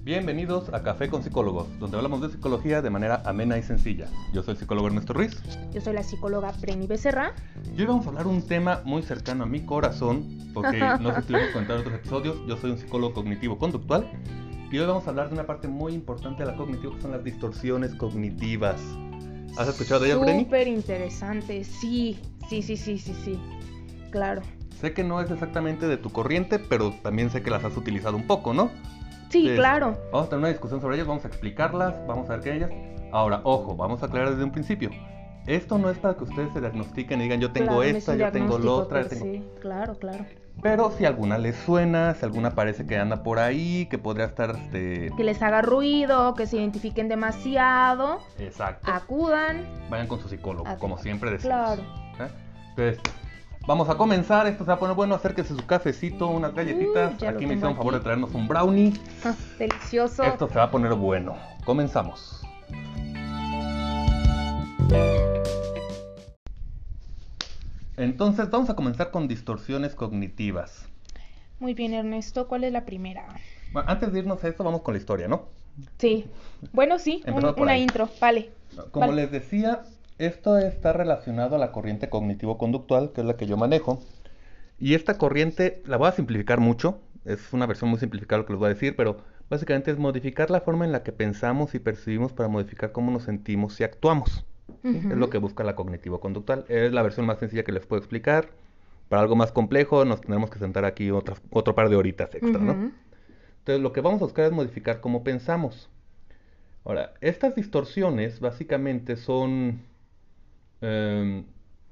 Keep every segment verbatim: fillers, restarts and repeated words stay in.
Bienvenidos a Café con Psicólogos, donde hablamos de psicología de manera amena y sencilla. Yo soy el psicólogo Ernesto Ruiz. Yo soy la psicóloga Breni Becerra. Y hoy vamos a hablar un tema muy cercano a mi corazón, porque no sé si lo hemos comentado en otros episodios, yo soy un psicólogo cognitivo-conductual. Y hoy vamos a hablar de una parte muy importante de la cognitiva, que son las distorsiones cognitivas. ¿Has escuchado de ellas, Breni? Súper interesante, sí, sí, sí, sí, sí, sí, claro. Sé que no es exactamente de tu corriente, pero también sé que las has utilizado un poco, ¿no? Sí, Entonces, claro. Vamos a tener una discusión sobre ellas, vamos a explicarlas, vamos a ver qué ellas. Ahora, ojo, vamos a aclarar desde un principio. Esto no es para que ustedes se diagnostiquen y digan yo tengo Claro, no es esta, un yo tengo la otra, yo per tengo... se. Claro, claro. Pero si alguna les suena, si alguna parece que anda por ahí, que podría estar este... Que les haga ruido, que se identifiquen demasiado, Exacto. acudan. Vayan con su psicólogo, Así. como siempre decimos. Claro. ¿Eh? Entonces, vamos a comenzar. Esto se va a poner bueno. Acérquese su cafecito, unas galletitas. Uh, ya lo aquí me tengo hicieron favor de aquí. traernos un brownie. Ah, delicioso. Esto se va a poner bueno. Comenzamos. Entonces, vamos a comenzar con distorsiones cognitivas. Muy bien, Ernesto, ¿cuál es la primera? Bueno, antes de irnos a esto, vamos con la historia, ¿no? Sí. Bueno, sí, un- Empezamos por una ahí. intro, vale. Como Vale. les decía, esto está relacionado a la corriente cognitivo-conductual, que es la que yo manejo. Y esta corriente, la voy a simplificar mucho, es una versión muy simplificada lo que les voy a decir, pero básicamente es modificar la forma en la que pensamos y percibimos para modificar cómo nos sentimos y actuamos. ¿Sí? Ujú. Es lo que busca la cognitivo-conductual. Es la versión más sencilla que les puedo explicar. Para algo más complejo nos tenemos que sentar aquí otra, otro par de horitas extra, ¿no? Ujú. Entonces lo que vamos a buscar es modificar cómo pensamos. Ahora, estas distorsiones básicamente son em,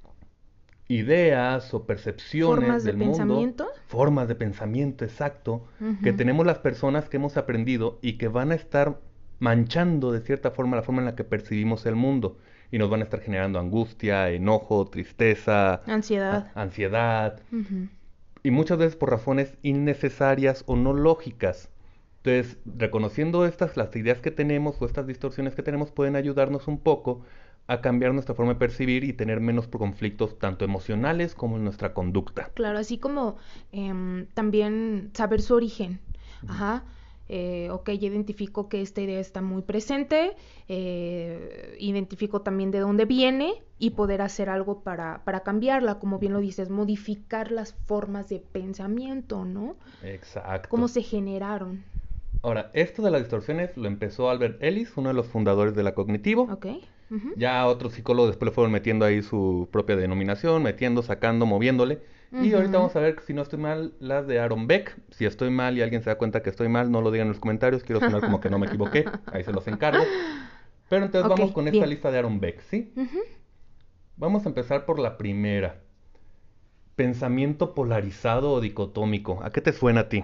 ideas o percepciones ¿Formas de del mundo, pensamiento? formas de pensamiento, exacto, Ujú. que tenemos las personas que hemos aprendido y que van a estar manchando de cierta forma la forma en la que percibimos el mundo y nos van a estar generando angustia, enojo, tristeza, Ansiedad. a- ansiedad Ujú. y muchas veces por razones innecesarias o no lógicas. Entonces, reconociendo estas, las ideas que tenemos o estas distorsiones que tenemos pueden ayudarnos un poco a cambiar nuestra forma de percibir y tener menos conflictos tanto emocionales como en nuestra conducta. Claro, así como em, también saber su origen. Ajá. Eh, ok, identifico que esta idea está muy presente, eh, identifico también de dónde viene y poder hacer algo para, para cambiarla, como bien lo dices, modificar las formas de pensamiento, ¿no? Exacto. Cómo se generaron. Ahora, esto de las distorsiones lo empezó Albert Ellis, uno de los fundadores de la cognitivo. Ok. Ujú. Ya otros psicólogos después le fueron metiendo ahí su propia denominación, metiendo, sacando, moviéndole. Y Ujú. ahorita vamos a ver, si no estoy mal, las de Aaron Beck. Si estoy mal y alguien se da cuenta que estoy mal, no lo digan en los comentarios. Quiero sonar como que no me equivoqué. Ahí se los encargo. Pero entonces Ok, vamos con esta bien. lista de Aaron Beck, ¿sí? Ujú. Vamos a empezar por la primera. Pensamiento polarizado o dicotómico. ¿A qué te suena a ti?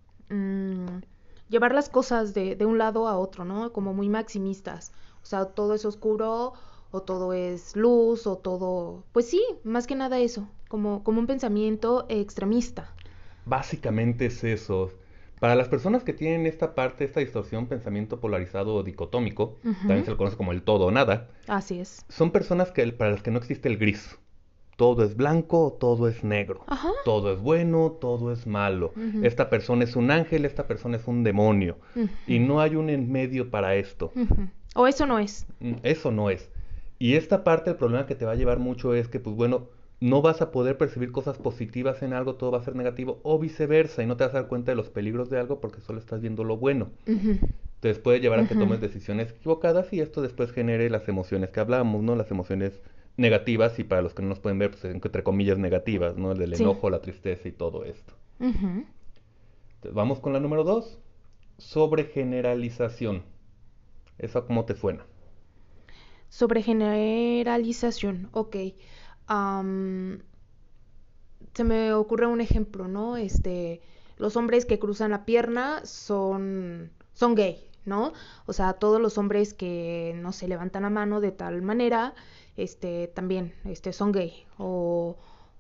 mm, llevar las cosas de, de un lado a otro, ¿no? Como muy maximistas. O sea, todo es oscuro, o todo es luz, o todo... Pues sí, más que nada eso, como, como un pensamiento extremista. Básicamente es eso. Para las personas que tienen esta parte, esta distorsión, pensamiento polarizado o dicotómico, Ujú. también se lo conoce como el todo o nada, Así es. son personas que, para las que no existe el gris. Todo es blanco o todo es negro. Ajá. Todo es bueno, todo es malo. Ujú. Esta persona es un ángel, esta persona es un demonio. Ujú. Y no hay un en medio para esto. Ujú. O eso no es. Mm, Eso no es. Y esta parte, el problema que te va a llevar mucho es que, pues bueno, no vas a poder percibir cosas positivas en algo, todo va a ser negativo, o viceversa, y no te vas a dar cuenta de los peligros de algo porque solo estás viendo lo bueno. Ujú. Entonces puede llevar a que Ujú. tomes decisiones equivocadas y esto después genere las emociones que hablamos, ¿no? Las emociones negativas y para los que no nos pueden ver, pues entre comillas negativas, ¿no? El del Sí. enojo, la tristeza y todo esto. Ujú. Entonces, vamos con la número dos, sobregeneralización. ¿Eso cómo te suena? Sobre generalización, ok. Am, se me ocurre un ejemplo, ¿no? Este, los hombres que cruzan la pierna son, son gay, ¿no? O sea, todos los hombres que no se levantan la mano de tal manera, este, también, este, son gay. O,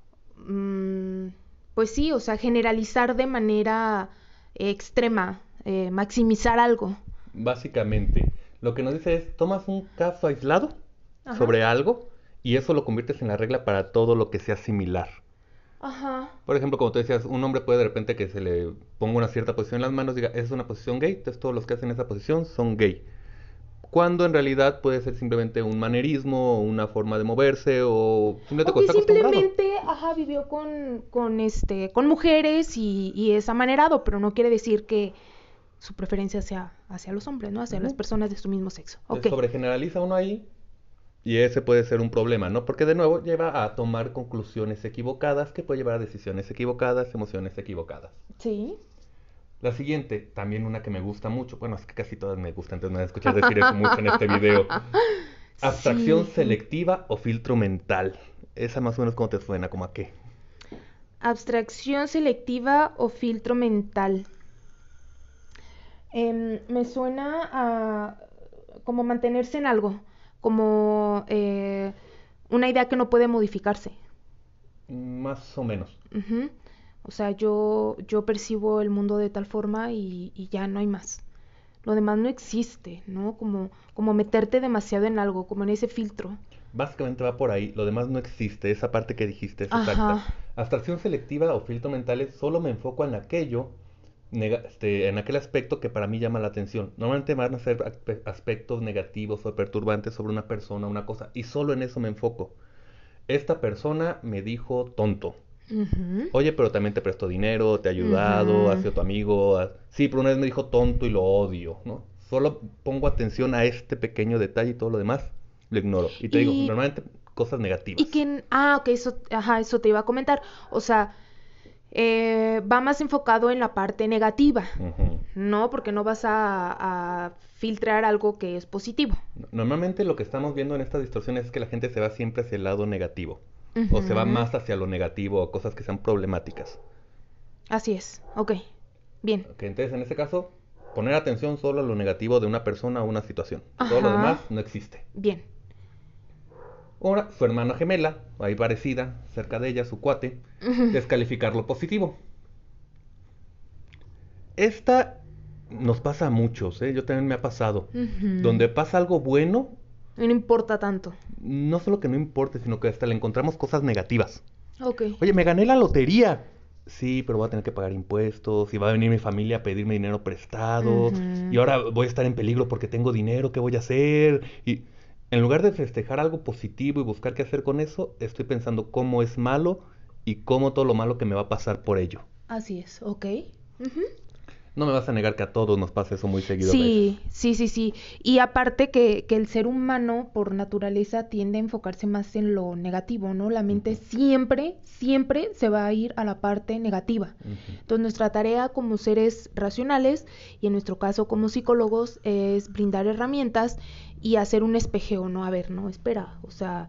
mm, pues sí, o sea, generalizar de manera extrema, eh, maximizar algo. Básicamente, lo que nos dice es, tomas un caso aislado Ajá. sobre algo y eso lo conviertes en la regla para todo lo que sea similar. Ajá. Por ejemplo, como tú decías, un hombre puede de repente que se le ponga una cierta posición en las manos, diga, es una posición gay, entonces todos los que hacen esa posición son gay. Cuando en realidad puede ser simplemente un manerismo, una forma de moverse, o simplemente O que que está acostumbrado. simplemente, ajá, vivió con, con este, con mujeres y, y es amanerado, pero no quiere decir que su preferencia sea hacia los hombres, ¿no? Hacia las Ujú. personas de su mismo sexo. Ok. Entonces sobregeneraliza uno ahí y ese puede ser un problema, ¿no? Porque de nuevo lleva a tomar conclusiones equivocadas que puede llevar a decisiones equivocadas, emociones equivocadas. Sí. La siguiente, también una que me gusta mucho, bueno, es que casi todas me gustan, entonces me van a escuchar decir eso mucho en este video. Abstracción Sí. selectiva o filtro mental. Esa más o menos como te suena, como a qué. Abstracción selectiva o filtro mental. Em, me suena a como mantenerse en algo, como eh, una idea que no puede modificarse. Más o menos. Ujú. O sea, yo, yo percibo el mundo de tal forma y, y ya no hay más. Lo demás no existe, ¿no? Como, como meterte demasiado en algo, como en ese filtro. Básicamente va por ahí, lo demás no existe, esa parte que dijiste es exacta. Ajá. Abstracción selectiva o filtro mental es solo me enfoco en aquello, nega- este, en aquel aspecto que para mí llama la atención. Normalmente van a ser aspe- aspectos negativos o perturbantes sobre una persona, una cosa, y solo en eso me enfoco. Esta persona me dijo tonto. Ujú. Oye, pero también te prestó dinero, te ha ayudado, ha Ujú. sido tu amigo. ha- Sí, pero una vez me dijo tonto y lo odio, ¿no? Solo pongo atención a este pequeño detalle y todo lo demás lo ignoro. Y te digo, Y, normalmente cosas y negativas. que, ah, ok, eso, ajá, eso te iba a comentar. O sea, eh, va más enfocado en la parte negativa, Ujú. ¿no? Porque no vas a, a filtrar algo que es positivo. Normalmente lo que estamos viendo en estas distorsiones es que la gente se va siempre hacia el lado negativo. O se va Ujú. más hacia lo negativo o cosas que sean problemáticas. Así es, ok, bien. Ok, entonces en este caso, poner atención solo a lo negativo de una persona o una situación. Todo lo Ajá, demás no existe. bien. Ahora, su hermana gemela, ahí parecida, cerca de ella, su cuate, Ujú. descalificar lo positivo. Esta nos pasa a muchos, ¿eh? Yo también me ha pasado. Ujú. Donde pasa algo bueno, No importa tanto. no solo que no importe, sino que hasta le encontramos cosas negativas. Ok. Oye, me gané la lotería. Sí, pero voy a tener que pagar impuestos y va a venir mi familia a pedirme dinero prestado y Ujú. ahora voy a estar en peligro porque tengo dinero, ¿qué voy a hacer? Y en lugar de festejar algo positivo y buscar qué hacer con eso, estoy pensando cómo es malo y cómo todo lo malo que me va a pasar por ello. Así es, ok. Ujú. No me vas a negar que a todos nos pasa eso muy seguido a veces. Sí, sí, sí, sí. Y aparte que, que el ser humano por naturaleza tiende a enfocarse más en lo negativo, ¿no? La mente Ujú, siempre, siempre se va a ir a la parte negativa. ujú, Entonces nuestra tarea como seres racionales y en nuestro caso como psicólogos es brindar herramientas y hacer un espejeo, ¿no? A ver, no, espera, o sea,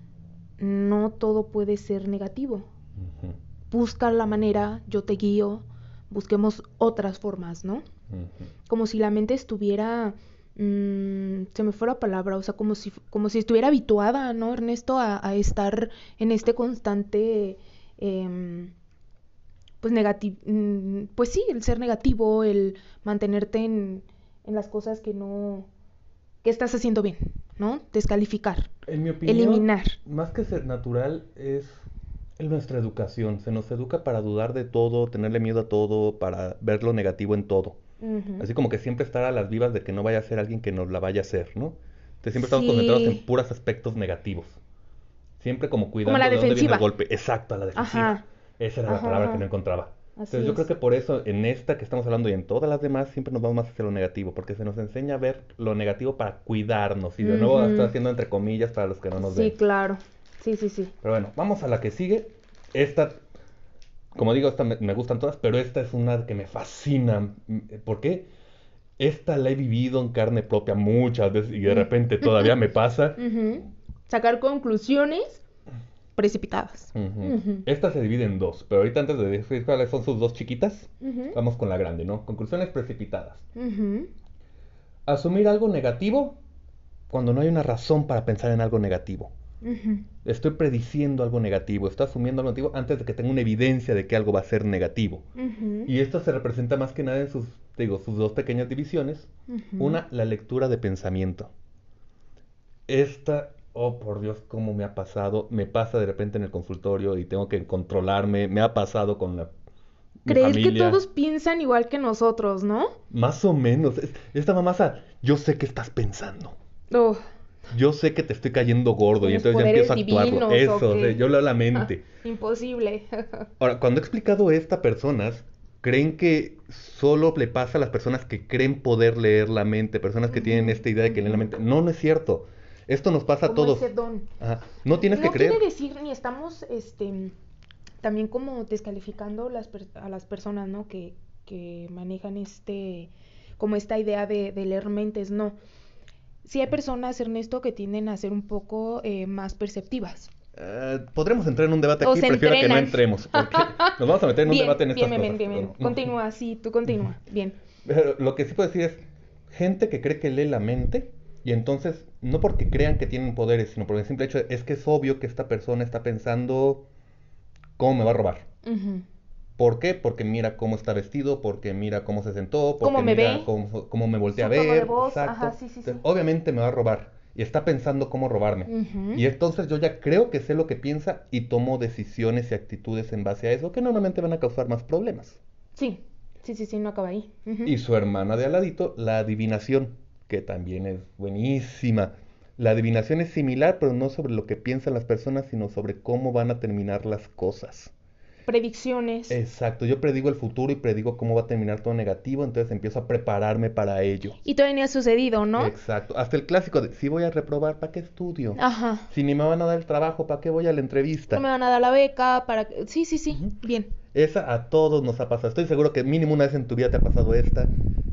no todo puede ser negativo. ujú, Busca la manera, yo te guío, busquemos otras formas, ¿no? ujú. Como si la mente estuviera, mmm, se me fue la palabra, o sea, como si, como si estuviera habituada, ¿no, Ernesto? A, a estar en este constante, eh, pues negativo, mmm, pues sí, el ser negativo, el mantenerte en, en las cosas que no, que estás haciendo bien, ¿no? Descalificar, En mi opinión, eliminar. más que ser natural, es nuestra educación. Se nos educa para dudar de todo, tenerle miedo a todo, para ver lo negativo en todo. Ujú. Así como que siempre estar a las vivas de que no vaya a ser alguien que nos la vaya a hacer, ¿no? Entonces siempre estamos concentrados en Sí, puros aspectos negativos. Siempre como como la cuidando de dónde viene el defensiva. golpe. Exacto, a la defensiva. Ajá, Esa era la ajá, palabra que no ajá. encontraba. Así Entonces yo creo es. que por eso en esta que estamos hablando y en todas las demás siempre nos vamos más hacia lo negativo, porque se nos enseña a ver lo negativo para cuidarnos. Y de nuevo estoy Ujú. haciendo entre comillas para los que no nos Sí, ven. claro. Sí, sí, sí. Pero bueno, vamos a la que sigue. Esta, como digo, esta me, me gustan todas, pero esta es una que me fascina. ¿Por qué? Esta la he vivido en carne propia muchas veces y de Mm. repente todavía me pasa. Ujú. Sacar conclusiones precipitadas. Ujú. Ujú. Esta se divide en dos, pero ahorita antes de decir cuáles son sus dos chiquitas, Ujú. vamos con la grande, ¿no? Conclusiones precipitadas. Ujú. Asumir algo negativo cuando no hay una razón para pensar en algo negativo. Ujú. Estoy prediciendo algo negativo, estoy asumiendo algo negativo antes de que tenga una evidencia de que algo va a ser negativo. Ujú. Y esto se representa más que nada en sus, digo, sus dos pequeñas divisiones. Ujú. Una, la lectura de pensamiento. Esta oh, por Dios, cómo me ha pasado. Me pasa de repente en el consultorio y tengo que controlarme. Me ha pasado con la, mi Creer que familia. todos piensan igual que nosotros, ¿no? Más o menos. Es- Esta mamasa, yo sé qué estás pensando. Oh, Yo sé que te estoy cayendo gordo y tienes entonces ya poderes empiezo a actuarlo. divinos o Eso, o sea, qué. yo leo la mente. Imposible. Ahora, cuando he explicado esto a personas, creen que solo le pasa a las personas que creen poder leer la mente, personas que tienen Ujú, esta idea de que leen la ujú. mente. No, no es cierto. Esto nos pasa a Como todos. ese don. Ajá. No tienes que No quiere creer. decir ni estamos, este, también como descalificando las per- a las personas, ¿no? Que, que manejan este, como esta idea de, de leer mentes, no. Sí hay personas, Ernesto, que tienden a ser un poco eh, más perceptivas. Eh, podremos entrar en un debate O aquí, se prefiero que no entrenan. entremos, porque nos vamos a meter en un Bien, debate en bien, estas bien, cosas. bien, bien. Pero, Continúa, sí, tú continúa. Bien. pero lo que sí puedo decir es, gente que cree que lee la mente, y entonces, no porque crean que tienen poderes, sino por el simple hecho de, es que es obvio que esta persona está pensando cómo me va a robar. Ujú. ¿Por qué? Porque mira cómo está vestido, porque mira cómo se sentó, ¿Cómo porque me mira ve? cómo, cómo me voltea a Su tono de ver, voz. Ajá, exacto. sí, sí, sí. Entonces, obviamente me va a robar y está pensando cómo robarme. Ujú. Y entonces yo ya creo que sé lo que piensa y tomo decisiones y actitudes en base a eso que normalmente van a causar más problemas. Sí, sí, sí, sí, no acaba ahí. Ujú. Y su hermana de al ladito, la adivinación, que también es buenísima. La adivinación es similar, pero no sobre lo que piensan las personas, sino sobre cómo van a terminar las cosas. Predicciones. Exacto, yo predigo el futuro y predigo cómo va a terminar todo negativo, entonces empiezo a prepararme para ello. Y todavía ni ha sucedido, ¿no? Exacto, hasta el clásico de si voy a reprobar, ¿para qué estudio? Ajá. Si ni me van a dar el trabajo, ¿para qué voy a la No entrevista? me van a dar la beca para... Sí, sí, sí. Ujú. Bien. Esa a todos nos ha pasado. Estoy seguro que mínimo una vez en tu vida te ha pasado esta.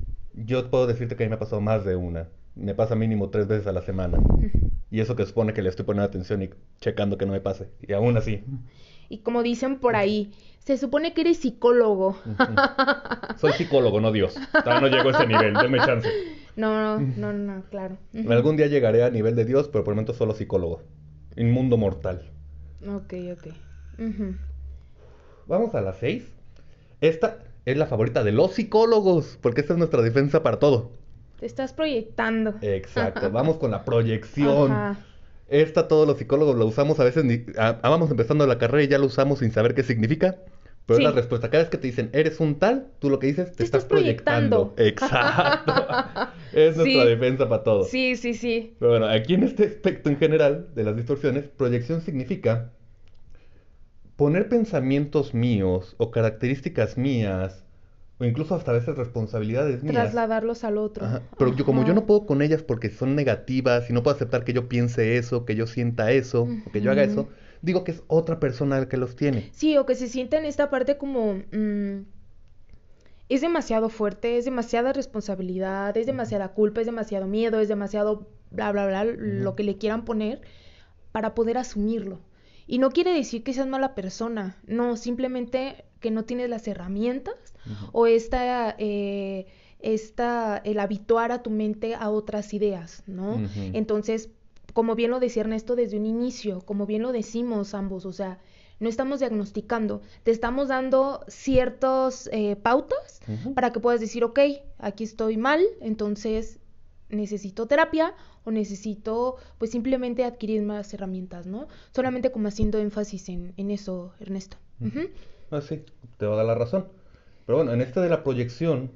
Yo puedo decirte que a mí me ha pasado más de una. Me pasa mínimo tres veces a la semana. Ujú. Y eso que supone que le estoy poniendo atención y checando que no me pase. Y aún así. Y como dicen por ahí, se supone que eres psicólogo. Ujú. Soy psicólogo, no Dios. Todavía no llego a ese nivel, denme chance. No, no, no, no, claro. Ujú. Algún día llegaré a nivel de Dios, pero por el momento solo psicólogo. Inmundo mortal. Ok, ok. Ujú. Vamos a las seis. Esta es la favorita de los psicólogos, porque esta es nuestra defensa para todo. Te estás proyectando. Exacto, vamos con la proyección. Ajá. Esta todos los psicólogos la usamos a veces, ni, a, a- vamos empezando la carrera y ya lo usamos sin saber qué significa. Pero es la Sí. respuesta. Cada vez que te dicen, eres un tal, tú lo que dices, te, Te estás estás proyectando. proyectando. Exacto. Es nuestra Sí. defensa para todo. Sí, sí, sí. Pero bueno, aquí en este aspecto en general de las distorsiones, proyección significa poner pensamientos míos o características mías o incluso hasta a veces responsabilidades mías. Trasladarlos al otro. Ajá, pero yo como yo Ajá. no puedo con ellas porque son negativas y no puedo aceptar que yo piense eso, que yo sienta eso, o que yo haga Ujú. eso, digo que es otra persona la que los tiene. Sí, o que se sienta en esta parte como... mm, es demasiado fuerte, es demasiada responsabilidad, es demasiada culpa, es demasiado miedo, es demasiado bla, bla, bla, lo Ujú. que le quieran poner para poder asumirlo. Y no quiere decir que seas mala persona, no, simplemente que no tienes las herramientas Ujú. o esta, eh, esta, el habituar a tu mente a otras ideas, ¿no? Ujú. Entonces, como bien lo decía Ernesto desde un inicio, como bien lo decimos ambos, o sea, no estamos diagnosticando, te estamos dando ciertas eh, pautas Ujú. para que puedas decir, ok, aquí estoy mal, entonces necesito terapia o necesito pues simplemente adquirir más herramientas, ¿no? Solamente como haciendo énfasis en, en eso, Ernesto. Ujú. Ah, sí, te va a dar la razón. Pero bueno, en este de la proyección,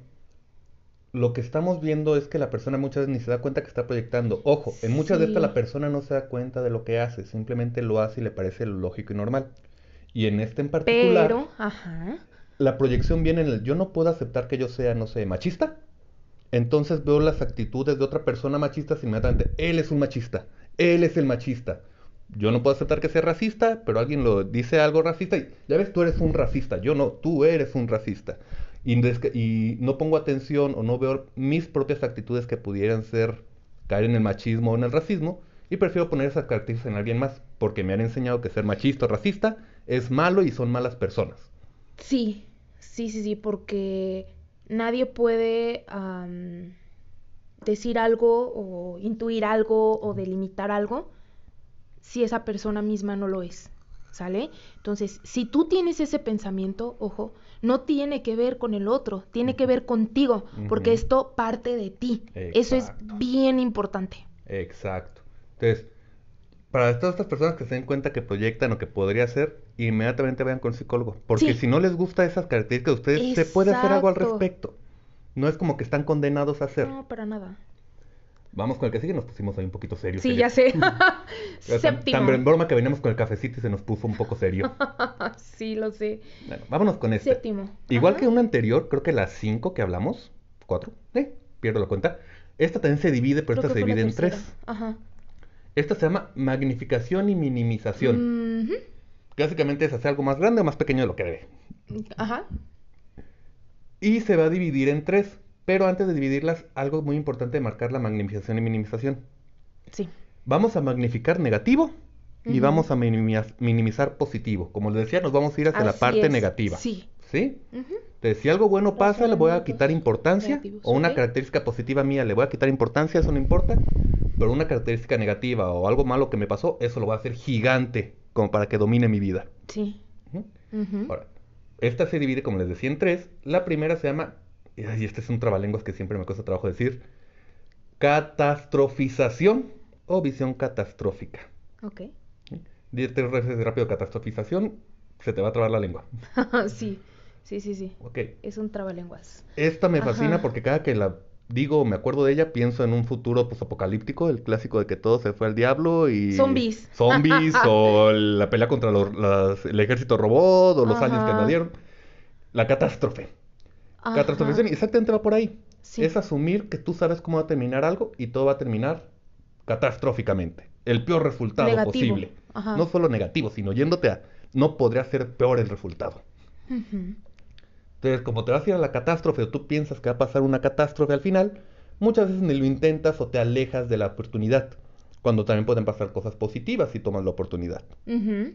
lo que estamos viendo es que la persona muchas veces ni se da cuenta que está proyectando. Ojo, en muchas de estas Sí, la persona no se da cuenta de lo que hace, simplemente lo hace y le parece lo lógico y normal. Y en este en particular, pero, ajá, la proyección viene en el yo no puedo aceptar que yo sea, no sé, machista. Entonces veo las actitudes de otra persona machista inmediatamente. Él es un machista. Él es el machista. Yo no puedo aceptar que sea racista, pero alguien lo dice algo racista y ya ves, tú eres un racista. Yo no, tú eres un racista. Y, desca- y no pongo atención o no veo mis propias actitudes que pudieran ser caer en el machismo o en el racismo y prefiero poner esas características en alguien más porque me han enseñado que ser machista o racista es malo y son malas personas. sí, sí, sí, sí, porque nadie puede am, decir algo o intuir algo o delimitar algo si esa persona misma no lo es, ¿sale? Entonces, si tú tienes ese pensamiento, ojo, no tiene que ver con el otro, tiene que ver contigo, porque Ujú. esto parte de ti. Eso es Exacto. bien importante. Exacto. Entonces, para todas estas personas que se den cuenta que proyectan o que podría ser, inmediatamente vayan con el psicólogo. Porque Sí. si no les gusta esas características de ustedes, se puede hacer algo al Exacto. respecto. No es como que están condenados a hacer. No, para nada. Vamos con el que sigue, nos pusimos ahí un poquito serios. Sí, serios. ya sé. Tan, Séptimo. tan en broma que veníamos con el cafecito y se nos puso un poco serio. Sí, lo sé. Bueno, vámonos con este. Séptimo. Igual Ajá. que una anterior, creo que las cinco que hablamos, cuatro, eh, pierdo la cuenta. Esta también se divide, pero Creo esta que se fue la divide en tercera. tres. Ajá. Esta se llama magnificación y minimización. Ujú. Que básicamente es hacer algo más grande o más pequeño de lo que debe. Ajá. Y se va a dividir en tres. Pero antes de dividirlas, algo muy importante de marcar la magnificación y minimización. Sí. Vamos a magnificar negativo y Ujú. vamos a minimizar, minimizar positivo. Como les decía, nos vamos a ir hacia la Así parte es. negativa. Sí. ¿Sí? Ujú. Entonces, si algo bueno pasa, le voy a Razonamientos quitar importancia. negativos, O una ¿ok? característica positiva mía, le voy a quitar importancia, eso no importa. Pero una característica negativa o algo malo que me pasó, eso lo voy a hacer gigante, como para que domine mi vida. Sí. Ujú. Ujú. Ahora, esta se divide, como les decía, en tres. La primera se llama, y este es un trabalenguas que siempre me cuesta trabajo decir, catastrofización o visión catastrófica. Ok. Diez tres veces rápido catastrofización, se te va a trabar la lengua. Sí. Sí, sí, sí. Ok. Es un trabalenguas. Esta me fascina Ajá. porque cada que la digo o me acuerdo de ella, pienso en un futuro posapocalíptico, el clásico de que todo se fue al diablo y... Zombies. Zombies o la pelea contra los- las- el ejército robot o los aliens que Ajá. invadieron. La catástrofe. Catastrofización Ajá. exactamente va por ahí. Sí. Es asumir que tú sabes cómo va a terminar algo y todo va a terminar catastróficamente. El peor resultado Negativo. posible. Ajá. No solo negativo, sino yéndote a... No podría ser peor el resultado. Ujú. Entonces, como te vas a ir a la catástrofe o tú piensas que va a pasar una catástrofe al final, muchas veces ni lo intentas o te alejas de la oportunidad, cuando también pueden pasar cosas positivas si tomas la oportunidad. Ujú.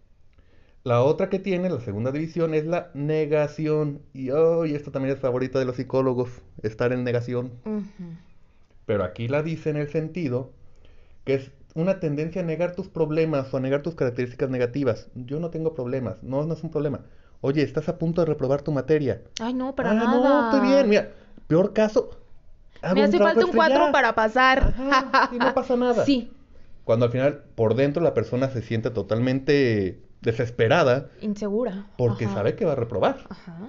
La otra que tiene, la segunda división, es la negación. Y, oh, y esto también es favorita de los psicólogos, estar en negación. Ujú. Pero aquí la dice en el sentido que es una tendencia a negar tus problemas o a negar tus características negativas. Yo no tengo problemas, no, no es un problema. Oye, estás a punto de reprobar tu materia. Ay, no, para Ah, nada. no, estoy bien. Mira, peor caso, hago Me un hace trabajo falta un extra y cuatro ya. para pasar. Ajá, y no pasa nada. Sí. Cuando al final, por dentro, la persona se siente totalmente desesperada Insegura. porque Ajá. sabe que va a reprobar. Ajá.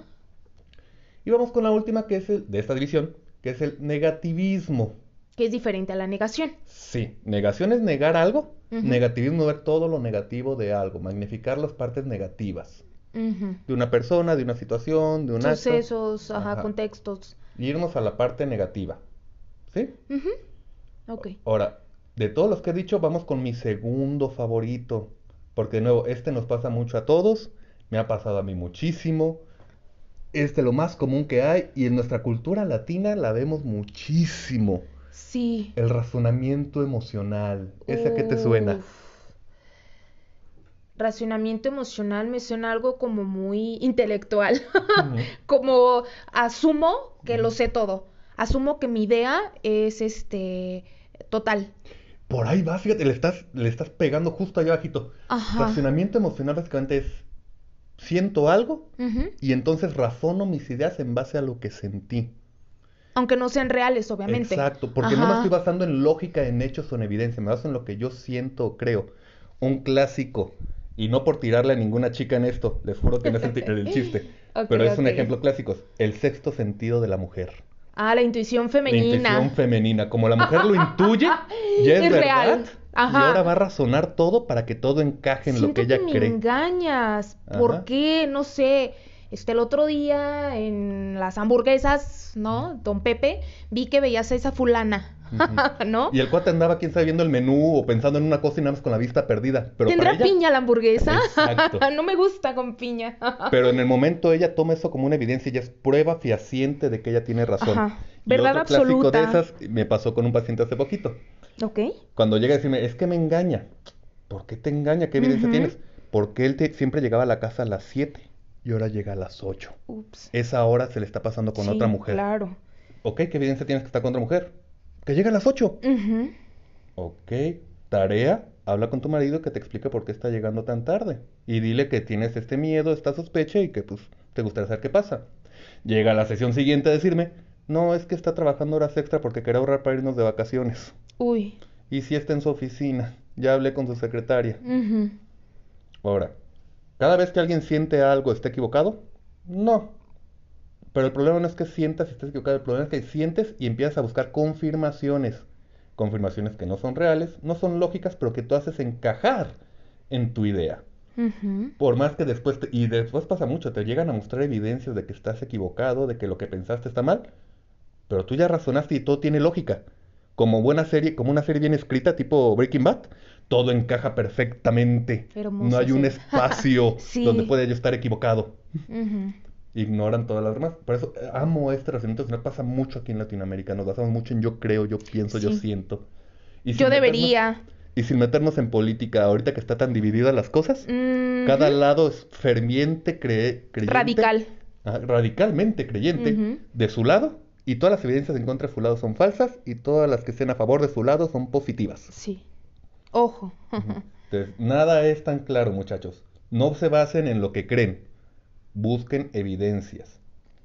Y vamos con la última que es el, de esta división, que es el negativismo. Que es diferente a la negación. Sí, negación es negar algo, Ujú. negativismo es ver todo lo negativo de algo, magnificar las partes negativas Ujú. de una persona, de una situación, de un acto. Sucesos, ajá, Ajá. contextos. Y irnos a la parte negativa. ¿Sí? Ujú. Ok. Ahora, de todos los que he dicho, vamos con mi segundo favorito. Porque de nuevo, este nos pasa mucho a todos, me ha pasado a mí muchísimo. Es de lo más común que hay y en nuestra cultura latina la vemos muchísimo. Sí. El razonamiento emocional. ¿Ese a qué te suena? Uf. Racionamiento emocional me suena algo como muy intelectual. Ujú. Como asumo que lo sé todo. Asumo que mi idea es este total. Por ahí va, fíjate, le estás, le estás pegando justo allá abajito. Ajá. Racionamiento emocional básicamente es siento algo Ujú. y entonces razono mis ideas en base a lo que sentí. Aunque no sean reales, obviamente. Exacto, porque no me Ajá. estoy basando en lógica, en hechos o en evidencia, me baso en lo que yo siento o creo. Un clásico, y no por tirarle a ninguna chica en esto, les juro que no es el, ti- el chiste, Ok, pero es un ok. ejemplo clásico, el sexto sentido de la mujer. Ah, la intuición La femenina. intuición femenina, como la mujer lo intuye, ya es, Es verdad, real. Ajá. y ahora va a razonar todo para que todo encaje en lo Siento que ella me cree. engañas. ¿Por Ajá. qué? No sé. Este, el otro día en las hamburguesas, ¿no? Don Pepe, vi que veías a esa fulana, Ujú. ¿no? Y el cuate andaba, quién sabe, viendo el menú o pensando en una cosa y nada más con la vista perdida. Pero ¿Tendrá para ella, piña la hamburguesa? Exacto. No me gusta con piña. pero en el momento ella toma eso como una evidencia y ya es prueba fehaciente de que ella tiene razón. Ajá. Y Verdad otro clásico de absoluta. esas me pasó con un paciente hace poquito. Ok. Cuando llega a decirme, es que me engaña. ¿Por qué te engaña? ¿Qué evidencia Ujú. tienes? Porque él te- siempre llegaba a la casa a las siete y ahora llega a las ocho. Ups. Esa hora se le está pasando con Sí, otra mujer. claro. Ok, ¿qué evidencia tienes que está con otra mujer? Que llega a las ocho. Ujú. Ok, tarea, habla con tu marido que te explique por qué está llegando tan tarde. Y dile que tienes este miedo, esta sospecha y que pues te gustaría saber qué pasa. Llega a la sesión siguiente a decirme, no, es que está trabajando horas extra porque quería ahorrar para irnos de vacaciones. Uy. Y si está en su oficina. ya hablé con su secretaria. Ujú. Ahora, ¿cada vez que alguien siente algo está equivocado? No. Pero el problema no es que sientas y estés equivocado, el problema es que sientes y empiezas a buscar confirmaciones. Confirmaciones que no son reales, no son lógicas, pero que tú haces encajar en tu idea. Ujú. Por más que después, te- y después pasa mucho, te llegan a mostrar evidencias de que estás equivocado, de que lo que pensaste está mal, pero tú ya razonaste y todo tiene lógica. Como buena serie, como una serie bien escrita, tipo Breaking Bad, todo encaja perfectamente. No Hermosa hay un serie. espacio donde Sí. pueda yo estar equivocado. Ujú. Ignoran todas las demás. Por eso eh, amo este razonamiento final. Pasa mucho aquí en Latinoamérica. Nos basamos mucho en yo creo, yo pienso, yo Sí. siento. Y Yo sin meternos, debería. y sin meternos en política, ahorita que está tan divididas las cosas, cada Ujú. lado es ferviente, cree- creyente, Radical. ajá, radicalmente creyente Ujú. de su lado, y todas las evidencias en contra de su lado son falsas, y todas las que estén a favor de su lado son positivas. Sí. Ojo. Ujú. Entonces, nada es tan claro, muchachos. No se basen en lo que creen, busquen evidencias.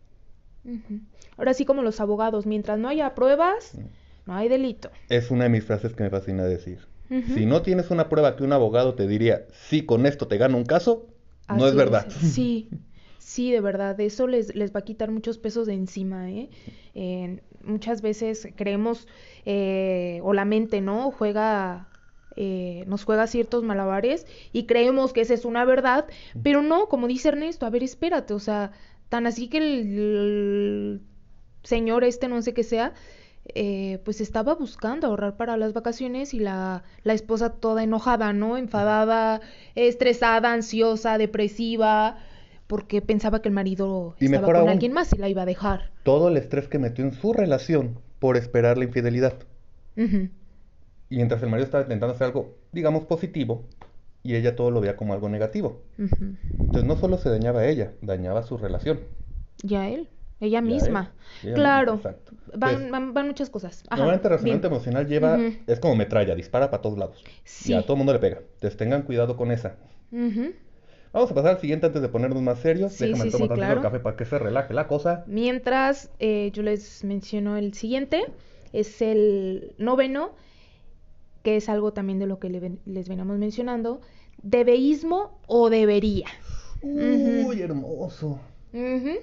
Ujú. Ahora sí, como los abogados, mientras no haya pruebas, Mm. no hay delito. Es una de mis frases que me fascina decir. Ujú. Si no tienes una prueba que un abogado te diría, sí, con esto te gano un caso, no es Así verdad. es. Sí, sí, de verdad, eso les, les va a quitar muchos pesos de encima, ¿eh? Eh, muchas veces creemos, eh, o la mente, ¿no? Juega, eh, nos juega ciertos malabares y creemos que esa es una verdad, pero no, como dice Ernesto, a ver, espérate, o sea, tan así que el, el señor este, no sé qué sea, eh, pues estaba buscando ahorrar para las vacaciones y la, la esposa toda enojada, ¿no? Enfadada, estresada, ansiosa, depresiva, porque pensaba que el marido Y estaba mejor con alguien aún, más y la iba a dejar. todo el estrés que metió en su relación por esperar la infidelidad. Ujú. Y mientras el marido estaba intentando hacer algo, digamos, positivo, y ella todo lo veía como algo negativo. Ujú. Entonces no solo se dañaba a ella, dañaba su relación. Y a él, ella Y a él, misma. y ella misma, Claro, exacto. van, Entonces, van, van muchas cosas. Ajá, normalmente el razonamiento bien. emocional lleva, Ujú. es como metralla, dispara para todos lados. Y a Sí. todo el mundo le pega. Entonces tengan cuidado con esa. Ujú. Vamos a pasar al siguiente antes de ponernos más serios. Sí, Déjame sí, tomar sí, tantito el claro. café para que se relaje la cosa. Mientras eh, yo les menciono el siguiente, es el noveno, que es algo también de lo que le ven- les veníamos mencionando, debeísmo o debería. Ujú, Uy, hermoso. ujú.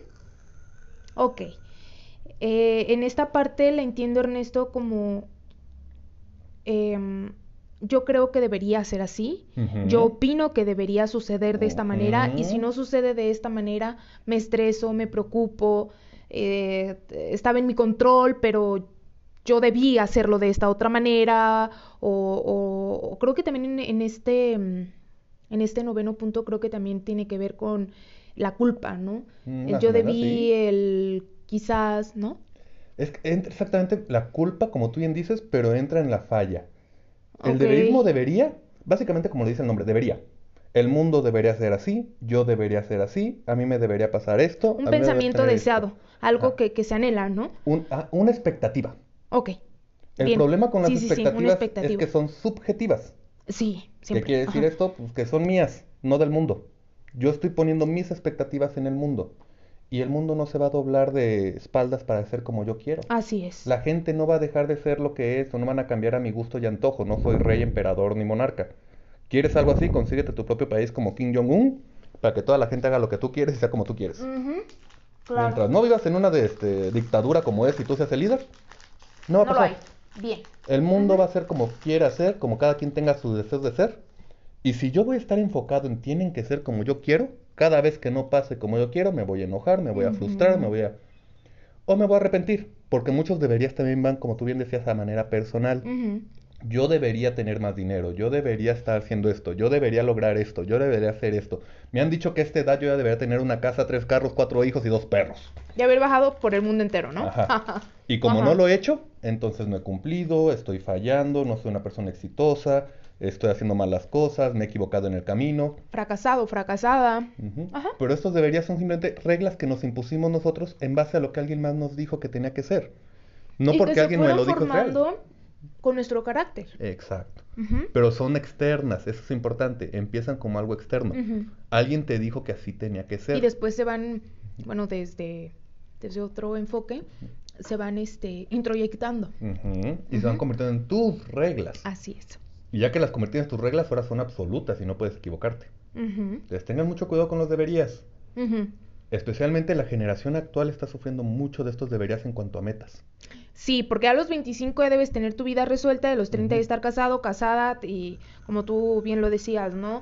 Ok. Eh, en esta parte la entiendo, Ernesto, como em, yo creo que debería ser así, yo Ujú, opino que debería suceder de esta manera, y si ujú. no sucede de esta manera, me estreso, me preocupo, eh, estaba en mi control, pero yo debí hacerlo de esta otra manera, o, o- o creo que también en, en este, mm, en este noveno punto creo que también tiene que ver con la culpa, ¿no? Mm, El Más o yo menos, debí, sí. el quizás, ¿no? Es que entra exactamente la culpa, como tú bien dices, pero entra en la falla. El Ok. deberismo debería, básicamente como lo dice el nombre, debería. El mundo debería ser así, yo debería ser así, a mí me debería pasar esto, Un a mí me debería pensamiento tener esto. deseado, algo Ajá. que, que se anhela, ¿no? Un- ah, una expectativa. Ok, El bien. problema con las Sí, sí, sí, una expectativas es que expectativa. son subjetivas. Sí, ¿Qué siempre. quiere decir Ajá. esto? Pues que son mías, no del mundo. Yo estoy poniendo mis expectativas en el mundo. Y el mundo no se va a doblar de espaldas para ser como yo quiero. Así es. La gente no va a dejar de ser lo que es, o no van a cambiar a mi gusto y antojo. No soy rey, emperador ni monarca. ¿Quieres algo así? Consíguete tu propio país como Kim Jong-un para que toda la gente haga lo que tú quieres y sea como tú quieres. Ujú, claro. Mientras no vivas en una de, este, dictadura como es y tú seas el líder, no va a No lo hay. pasar. Bien. El mundo Ujú, va a ser como quiera ser, como cada quien tenga sus deseos de ser. Y si yo voy a estar enfocado en tienen que ser como yo quiero, cada vez que no pase como yo quiero, me voy a enojar, me voy a frustrar, me ujú, voy a... o me voy a arrepentir. Porque muchos deberías también van, como tú bien decías, a manera personal. ujú. Yo debería tener más dinero, yo debería estar haciendo esto, yo debería lograr esto, yo debería hacer esto. Me han dicho que a esta edad yo ya debería tener una casa, tres carros, cuatro hijos y dos perros. De haber bajado por el mundo entero, ¿no? Ajá. Y como no Ajá. lo he hecho, entonces no he cumplido, estoy fallando, no soy una persona exitosa, estoy haciendo mal las cosas, me he equivocado en el camino. Fracasado, fracasada. Ujú. Ajá. Pero estos deberían son simplemente reglas que nos impusimos nosotros en base a lo que alguien más nos dijo que tenía que ser. No Y que porque se alguien me fueron lo dijo es real. formando con nuestro carácter. Exacto. Ujú, Pero son externas, eso es importante. Empiezan como algo externo. ujú. Alguien te dijo que así tenía que Y ser. después se van, bueno, desde, desde otro enfoque, se van este, introyectando. Ujú. Y se van Ujú. convirtiendo en tus reglas. Así es. Y ya que las convertí en tus reglas, ahora son absolutas y no puedes equivocarte. Ujú, Entonces tengan mucho cuidado con los deberías. ujú. Especialmente la generación actual está sufriendo mucho de estos deberías en cuanto a metas. Sí, porque a los veinticinco ya debes tener tu vida resuelta, a los treinta ya Ujú. estar casado, casada y como tú bien lo decías, ¿no?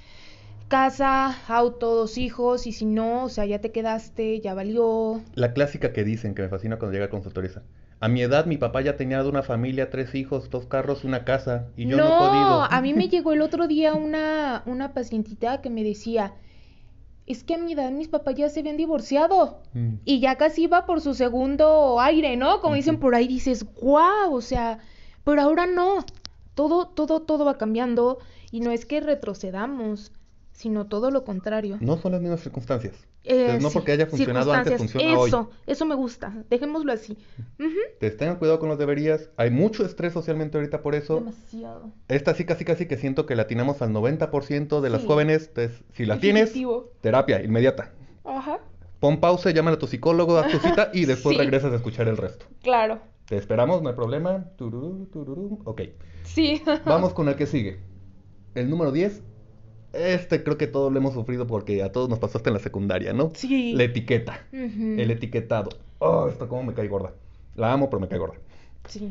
Casa, auto, dos hijos y si no, o sea, ya te quedaste, ya valió. La clásica que dicen, que me fascina cuando llega el consultorista. A mi edad, mi papá ya tenía de una familia, tres hijos, dos carros, una casa, y yo no he No, podido. a mí me llegó el otro día una, una pacientita que me decía, es que a mi edad mis papás ya se habían divorciado Mm. y ya casi iba por su segundo aire, ¿no? Como dicen Ujú. por ahí, dices, guau, o sea, pero ahora no. Todo, todo, todo va cambiando y no es que retrocedamos, sino todo lo contrario. No son las mismas circunstancias. Eh, Entonces, no sí, porque haya funcionado antes, circunstancias, funciona hoy. eso, eso me gusta, dejémoslo así. Ujú. Entonces, tengan cuidado con los deberías. Hay mucho estrés socialmente ahorita por eso. Demasiado. Esta sí, casi, casi que siento que la atinamos al noventa por ciento de las Sí. jóvenes. Entonces, si la tienes, Definitivo. terapia, inmediata. Ajá. Pon pausa, llámale a tu psicólogo, haz tu cita y después Sí. regresas a escuchar el resto. Claro. Te esperamos, no hay problema. Tururú, tururú. Ok. Sí. Vamos con el que sigue. El número diez. Este creo que todos lo hemos sufrido porque a todos nos pasó hasta en la secundaria, ¿no? Sí. La etiqueta. Ujú. El etiquetado. Oh, esto cómo me cae gorda. La amo, pero me cae gorda. Sí.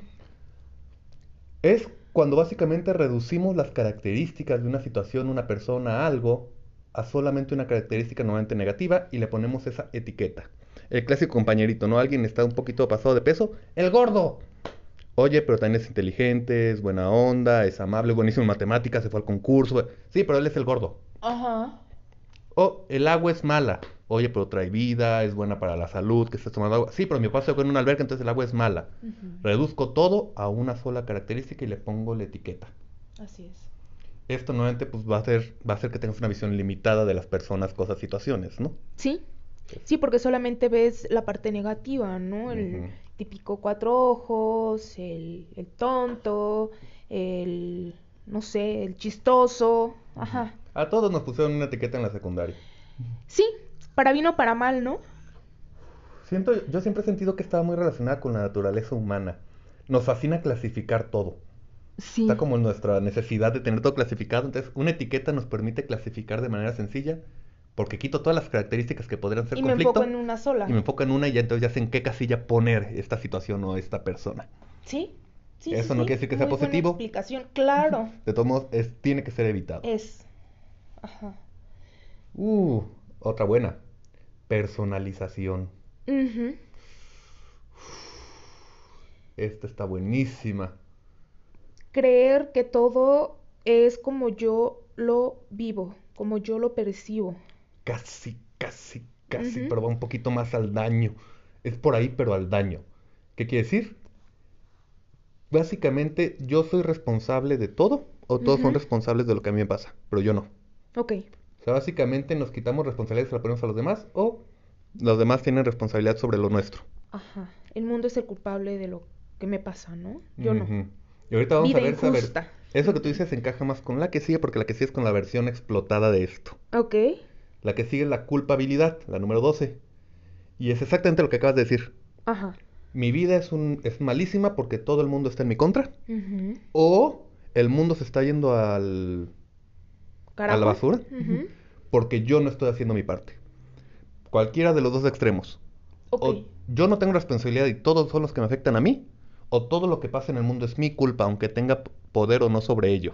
Es cuando básicamente reducimos las características de una situación, una persona, algo, a solamente una característica normalmente negativa y le ponemos esa etiqueta. El clásico compañerito, ¿no? Alguien está un poquito pasado de peso, ¡el gordo! Oye, pero también es inteligente, es buena onda, es amable, es buenísimo en matemáticas, se fue al concurso. Sí, pero él es el gordo. Ajá. O el agua es mala. Oye, pero trae vida, es buena para la salud, que estés tomando agua. Sí, pero mi papá se fue en una alberca, entonces el agua es mala. Ujú. Reduzco todo a una sola característica y le pongo la etiqueta. Así es. Esto nuevamente pues va a hacer, va a hacer que tengas una visión limitada de las personas, cosas, situaciones, ¿no? Sí. Sí, porque solamente ves la parte negativa, ¿no? El Ujú. típico cuatro ojos, el, el tonto, el, no sé, el chistoso. Ajá. A todos nos pusieron una etiqueta en la secundaria. Sí, para bien o para mal, ¿no? Siento, yo siempre he sentido que estaba muy relacionada con la naturaleza humana. Nos fascina clasificar todo. Sí. Está como en nuestra necesidad de tener todo clasificado. Entonces, una etiqueta nos permite clasificar de manera sencilla porque quito todas las características que podrían ser Y me conflicto enfoco en una sola. y me enfoco en una y ya entonces ya sé en qué casilla poner esta situación o esta persona. Sí. Sí, Eso sí, no sí. quiere decir que sea Muy buena positivo. explicación, claro. De todos modos, es, tiene que ser evitado. Es. Ajá. Uh, otra buena. Personalización. Ujú. Esta está buenísima. Creer que todo es como yo lo vivo, como yo lo percibo. Casi, casi, casi, Ujú. pero va un poquito más al daño. Es por ahí, pero al daño. ¿Qué quiere decir? Básicamente, yo soy responsable de todo, o todos son Ujú. responsables de lo que a mí me pasa, pero yo no. Ok. O sea, básicamente nos quitamos responsabilidades y las ponemos a los demás, o los demás tienen responsabilidad sobre lo nuestro. Ajá. El mundo es el culpable de lo que me pasa, ¿no? Yo no. Ujú. Y ahorita vamos Vida a ver, esa ver- injusta. eso que tú dices encaja más con la que sigue, porque la que sigue es con la versión explotada de esto. Ok. La que sigue es la culpabilidad, la número doce. Y es exactamente lo que acabas de decir. Ajá. Mi vida es, un, es malísima porque todo el mundo está en mi contra. Ujú. O el mundo se está yendo al, a Carajo. la basura Ujú. porque yo no estoy haciendo mi parte. Cualquiera de los dos extremos. Ok. O yo no tengo responsabilidad y todos son los que me afectan a mí. O todo lo que pasa en el mundo es mi culpa, aunque tenga p- poder o no sobre ello.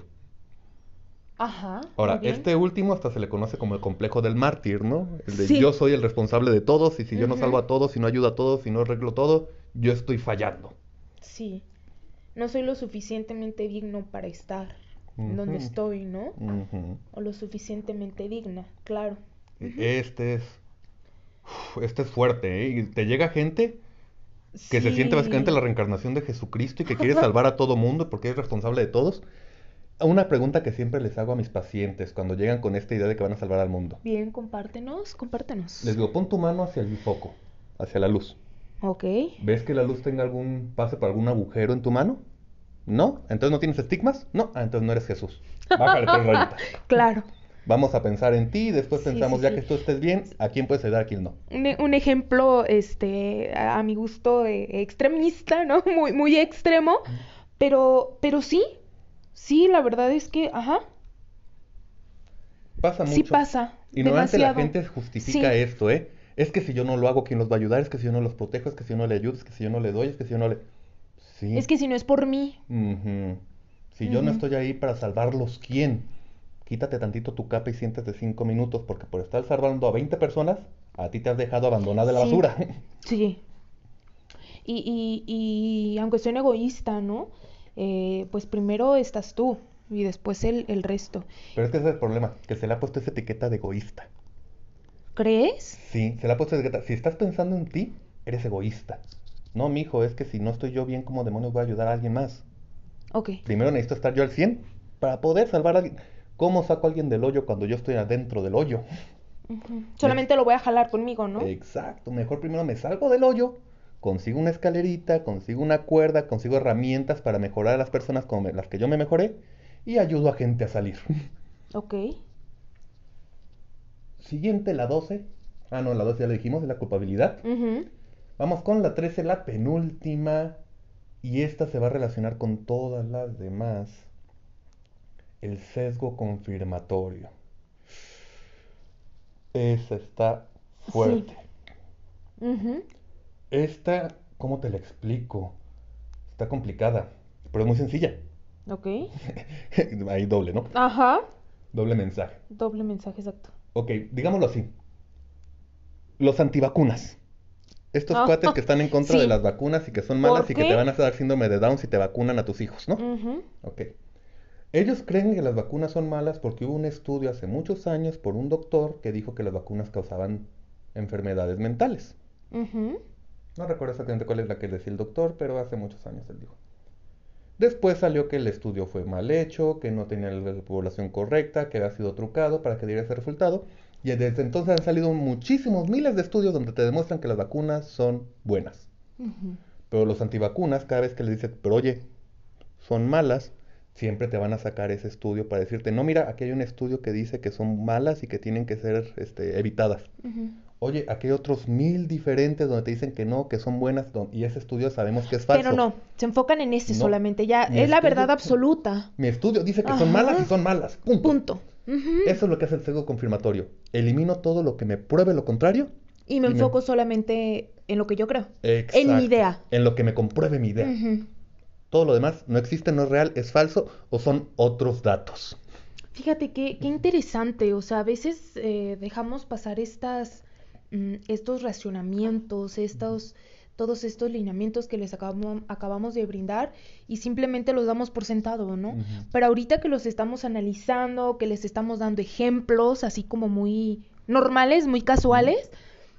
Ajá. Ahora, muy bien. este último hasta se le conoce como el complejo del mártir, ¿no? El de Sí. yo soy el responsable de todos y si yo no Ujú. salvo a todos, si no ayudo a todos, si no arreglo todo, yo estoy fallando. Sí. No soy lo suficientemente digno para estar en donde Ujú. estoy, ¿no? Ujú. O lo suficientemente digna, claro. E- Ujú. Este es, uf, este es fuerte, ¿eh? Y te llega gente que se siente básicamente Sí. la reencarnación de Jesucristo y que quiere salvar a todo mundo porque es responsable de todos. Una pregunta que siempre les hago a mis pacientes cuando llegan con esta idea de que van a salvar al mundo. Bien, compártenos, compártenos. Les digo, pon tu mano hacia el foco, hacia la luz. Ok. ¿Ves que la luz tenga algún, pase por algún agujero en tu mano? ¿No? ¿Entonces no tienes estigmas? No, ah, entonces no eres Jesús. Bájale tres rayitas. Claro. Vamos a pensar en ti y después Sí, pensamos, sí, ya sí. que tú estés bien, ¿a quién puedes ayudar, a quién no? Un, e- un ejemplo, este, a, a mi gusto, eh, extremista, ¿no? Muy, muy extremo, pero, pero sí, Sí, la verdad es que, ajá, Pasa sí mucho. pasa, Y normalmente la demasiado. gente justifica Sí, esto, ¿eh? Es que si yo no lo hago, ¿quién los va a ayudar? Es que si yo no los protejo, es que si yo no le ayudo, es que si yo no le doy, es que si yo no le... es Sí. que si no es por mí. Ujú. Si yo no Ujú. estoy ahí para salvarlos, ¿quién? Quítate tantito tu capa y siéntate cinco minutos, porque por estar salvando a veinte personas, a ti te has dejado abandonada en la Sí, basura. sí. Y, y, y aunque suene egoísta, ¿no? Eh, pues primero estás tú y después el, el resto. Pero es que ese es el problema, que se le ha puesto esa etiqueta de egoísta. ¿Crees? Sí, se le ha puesto esa etiqueta. Si estás pensando en ti, eres egoísta. No, mijo, es que si no estoy yo bien, ¿cómo demonios voy a ayudar a alguien más? Ok. Primero necesito estar yo al cien para poder salvar a alguien. ¿Cómo saco a alguien del hoyo cuando yo estoy adentro del hoyo? Ujú. Me- Solamente lo voy a jalar conmigo, ¿no? Exacto, mejor primero me salgo del hoyo, consigo una escalerita, consigo una cuerda, consigo herramientas para mejorar a las personas como las que yo me mejoré y ayudo a gente a salir. Ok. Siguiente, la doce. Ah, no, la doce ya le dijimos, es la culpabilidad. Ujú. Vamos con la trece, la penúltima. Y esta se va a relacionar con todas las demás. El sesgo confirmatorio. Esa está Sí. fuerte. Ujú. Esta, ¿cómo te la explico? Está complicada, pero es muy sencilla. Ok. Ahí doble, ¿no? Ajá. Doble mensaje. Doble mensaje, exacto. Ok, digámoslo así. Los antivacunas. Estos Ah, cuates que están en contra de sí. las vacunas y que son malas ¿Por y que te qué? van a dar síndrome de Down si te vacunan a tus hijos, ¿no? Ujú. Ok. Ellos creen que las vacunas son malas porque hubo un estudio hace muchos años por un doctor que dijo que las vacunas causaban enfermedades mentales. Ujú. No recuerdo exactamente cuál es la que decía el doctor, pero hace muchos años él dijo. Después salió que el estudio fue mal hecho, que no tenía la población correcta, que había sido trucado para que diera ese resultado. Y desde entonces han salido muchísimos, miles de estudios donde te demuestran que las vacunas son buenas. Ujú. Pero los antivacunas, cada vez que les dices, pero oye, son malas, siempre te van a sacar ese estudio para decirte, no, mira, aquí hay un estudio que dice que son malas y que tienen que ser este, evitadas. Ujú. Oye, aquí hay otros mil diferentes donde te dicen que no, que son buenas, y ese estudio sabemos que es Pero falso. no, se enfocan en ese No, solamente, ya mi es la verdad estudio, absoluta. mi estudio dice que son malas y Ajá. son malas, punto. Punto. Ujú. Eso es lo que hace el sesgo confirmatorio. Elimino todo lo que me pruebe lo contrario Y me y me... enfoco solamente en lo que yo creo, en mi Exacto, idea. en lo que me compruebe mi idea. Ujú. Todo lo demás no existe, no es real, es falso o son otros datos. Fíjate qué, qué interesante, o sea, a veces eh, dejamos pasar estas, mm, estos racionamientos, estos, todos estos lineamientos que les acabamos, acabamos de brindar y simplemente los damos por sentado, ¿no? Ujú. Pero ahorita que los estamos analizando, que les estamos dando ejemplos así como muy normales, muy Ujú. casuales,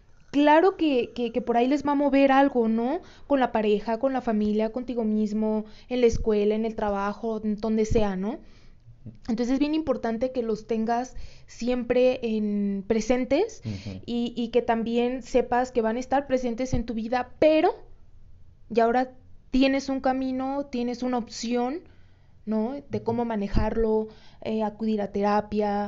claro que, que, que por ahí les va a mover algo, ¿no? Con la pareja, con la familia, contigo mismo, en la escuela, en el trabajo, en donde sea, ¿no? Entonces es bien importante que los tengas siempre en presentes Ujú. y, y que también sepas que van a estar presentes en tu vida, pero ya ahora tienes un camino, tienes una opción, ¿no? De cómo manejarlo, eh, acudir a terapia,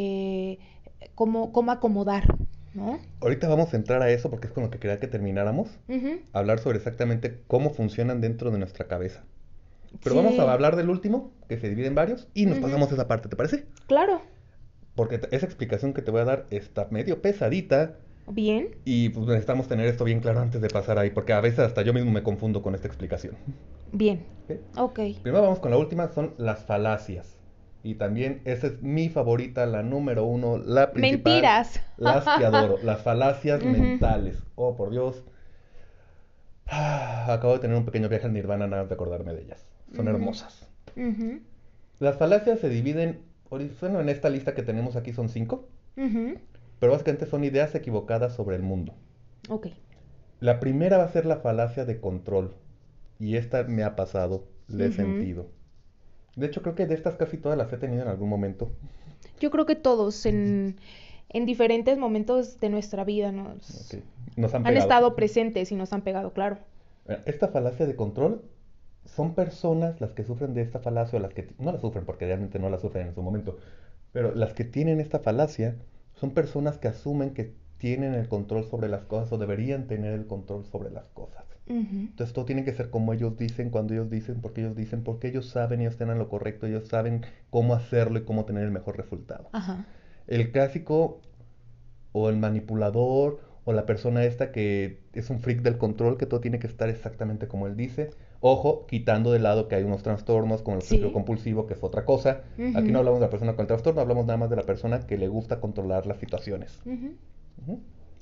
eh, cómo, cómo acomodar, ¿no? Ahorita vamos a entrar a eso porque es con lo que quería que termináramos. Ujú. Hablar sobre exactamente cómo funcionan dentro de nuestra cabeza. Pero vamos a Sí. hablar del último, que se divide en varios, y nos Ujú. pasamos a esa parte, ¿te parece? Claro. Porque esa explicación que te voy a dar está medio pesadita Bien. y pues necesitamos tener esto bien claro antes de pasar ahí, porque a veces hasta yo mismo me confundo con esta explicación. Bien. ¿Ok? Ok. Primero vamos con la última, son las falacias. Y también esa es mi favorita, la número uno, la principal, Mentiras. las que adoro, las falacias Ujú. mentales. Oh, por Dios. Ah, acabo de tener un pequeño viaje al Nirvana nada más de acordarme de ellas. Son Ujú. hermosas. Ujú. Las falacias se dividen, bueno, en esta lista que tenemos aquí son cinco, Ujú. pero básicamente son ideas equivocadas sobre el mundo. Ok. La primera va a ser la falacia de control. Y esta me ha pasado, la he Ujú. sentido. De hecho, creo que de estas casi todas las he tenido en algún momento. Yo creo que todos en, en diferentes momentos de nuestra vida Ok, nos nos han han pegado. estado presentes y nos han pegado, claro. Esta falacia de control son personas las que sufren de esta falacia o las que no la sufren porque realmente no la sufren en su momento, pero las que tienen esta falacia son personas que asumen que tienen el control sobre las cosas o deberían tener el control sobre las cosas. Ujú. Entonces todo tiene que ser como ellos dicen, cuando ellos dicen, porque ellos dicen, porque ellos saben y ellos tienen lo correcto, ellos saben cómo hacerlo y cómo tener el mejor resultado. Ajá. El clásico o el manipulador o la persona esta que es un freak del control, que todo tiene que estar exactamente como él dice. Ojo, quitando de lado que hay unos trastornos como el Sí. obsesivo compulsivo, que es otra cosa. Ujú. Aquí no hablamos de la persona con el trastorno, hablamos nada más de la persona que le gusta controlar las situaciones. Ujú. Ujú.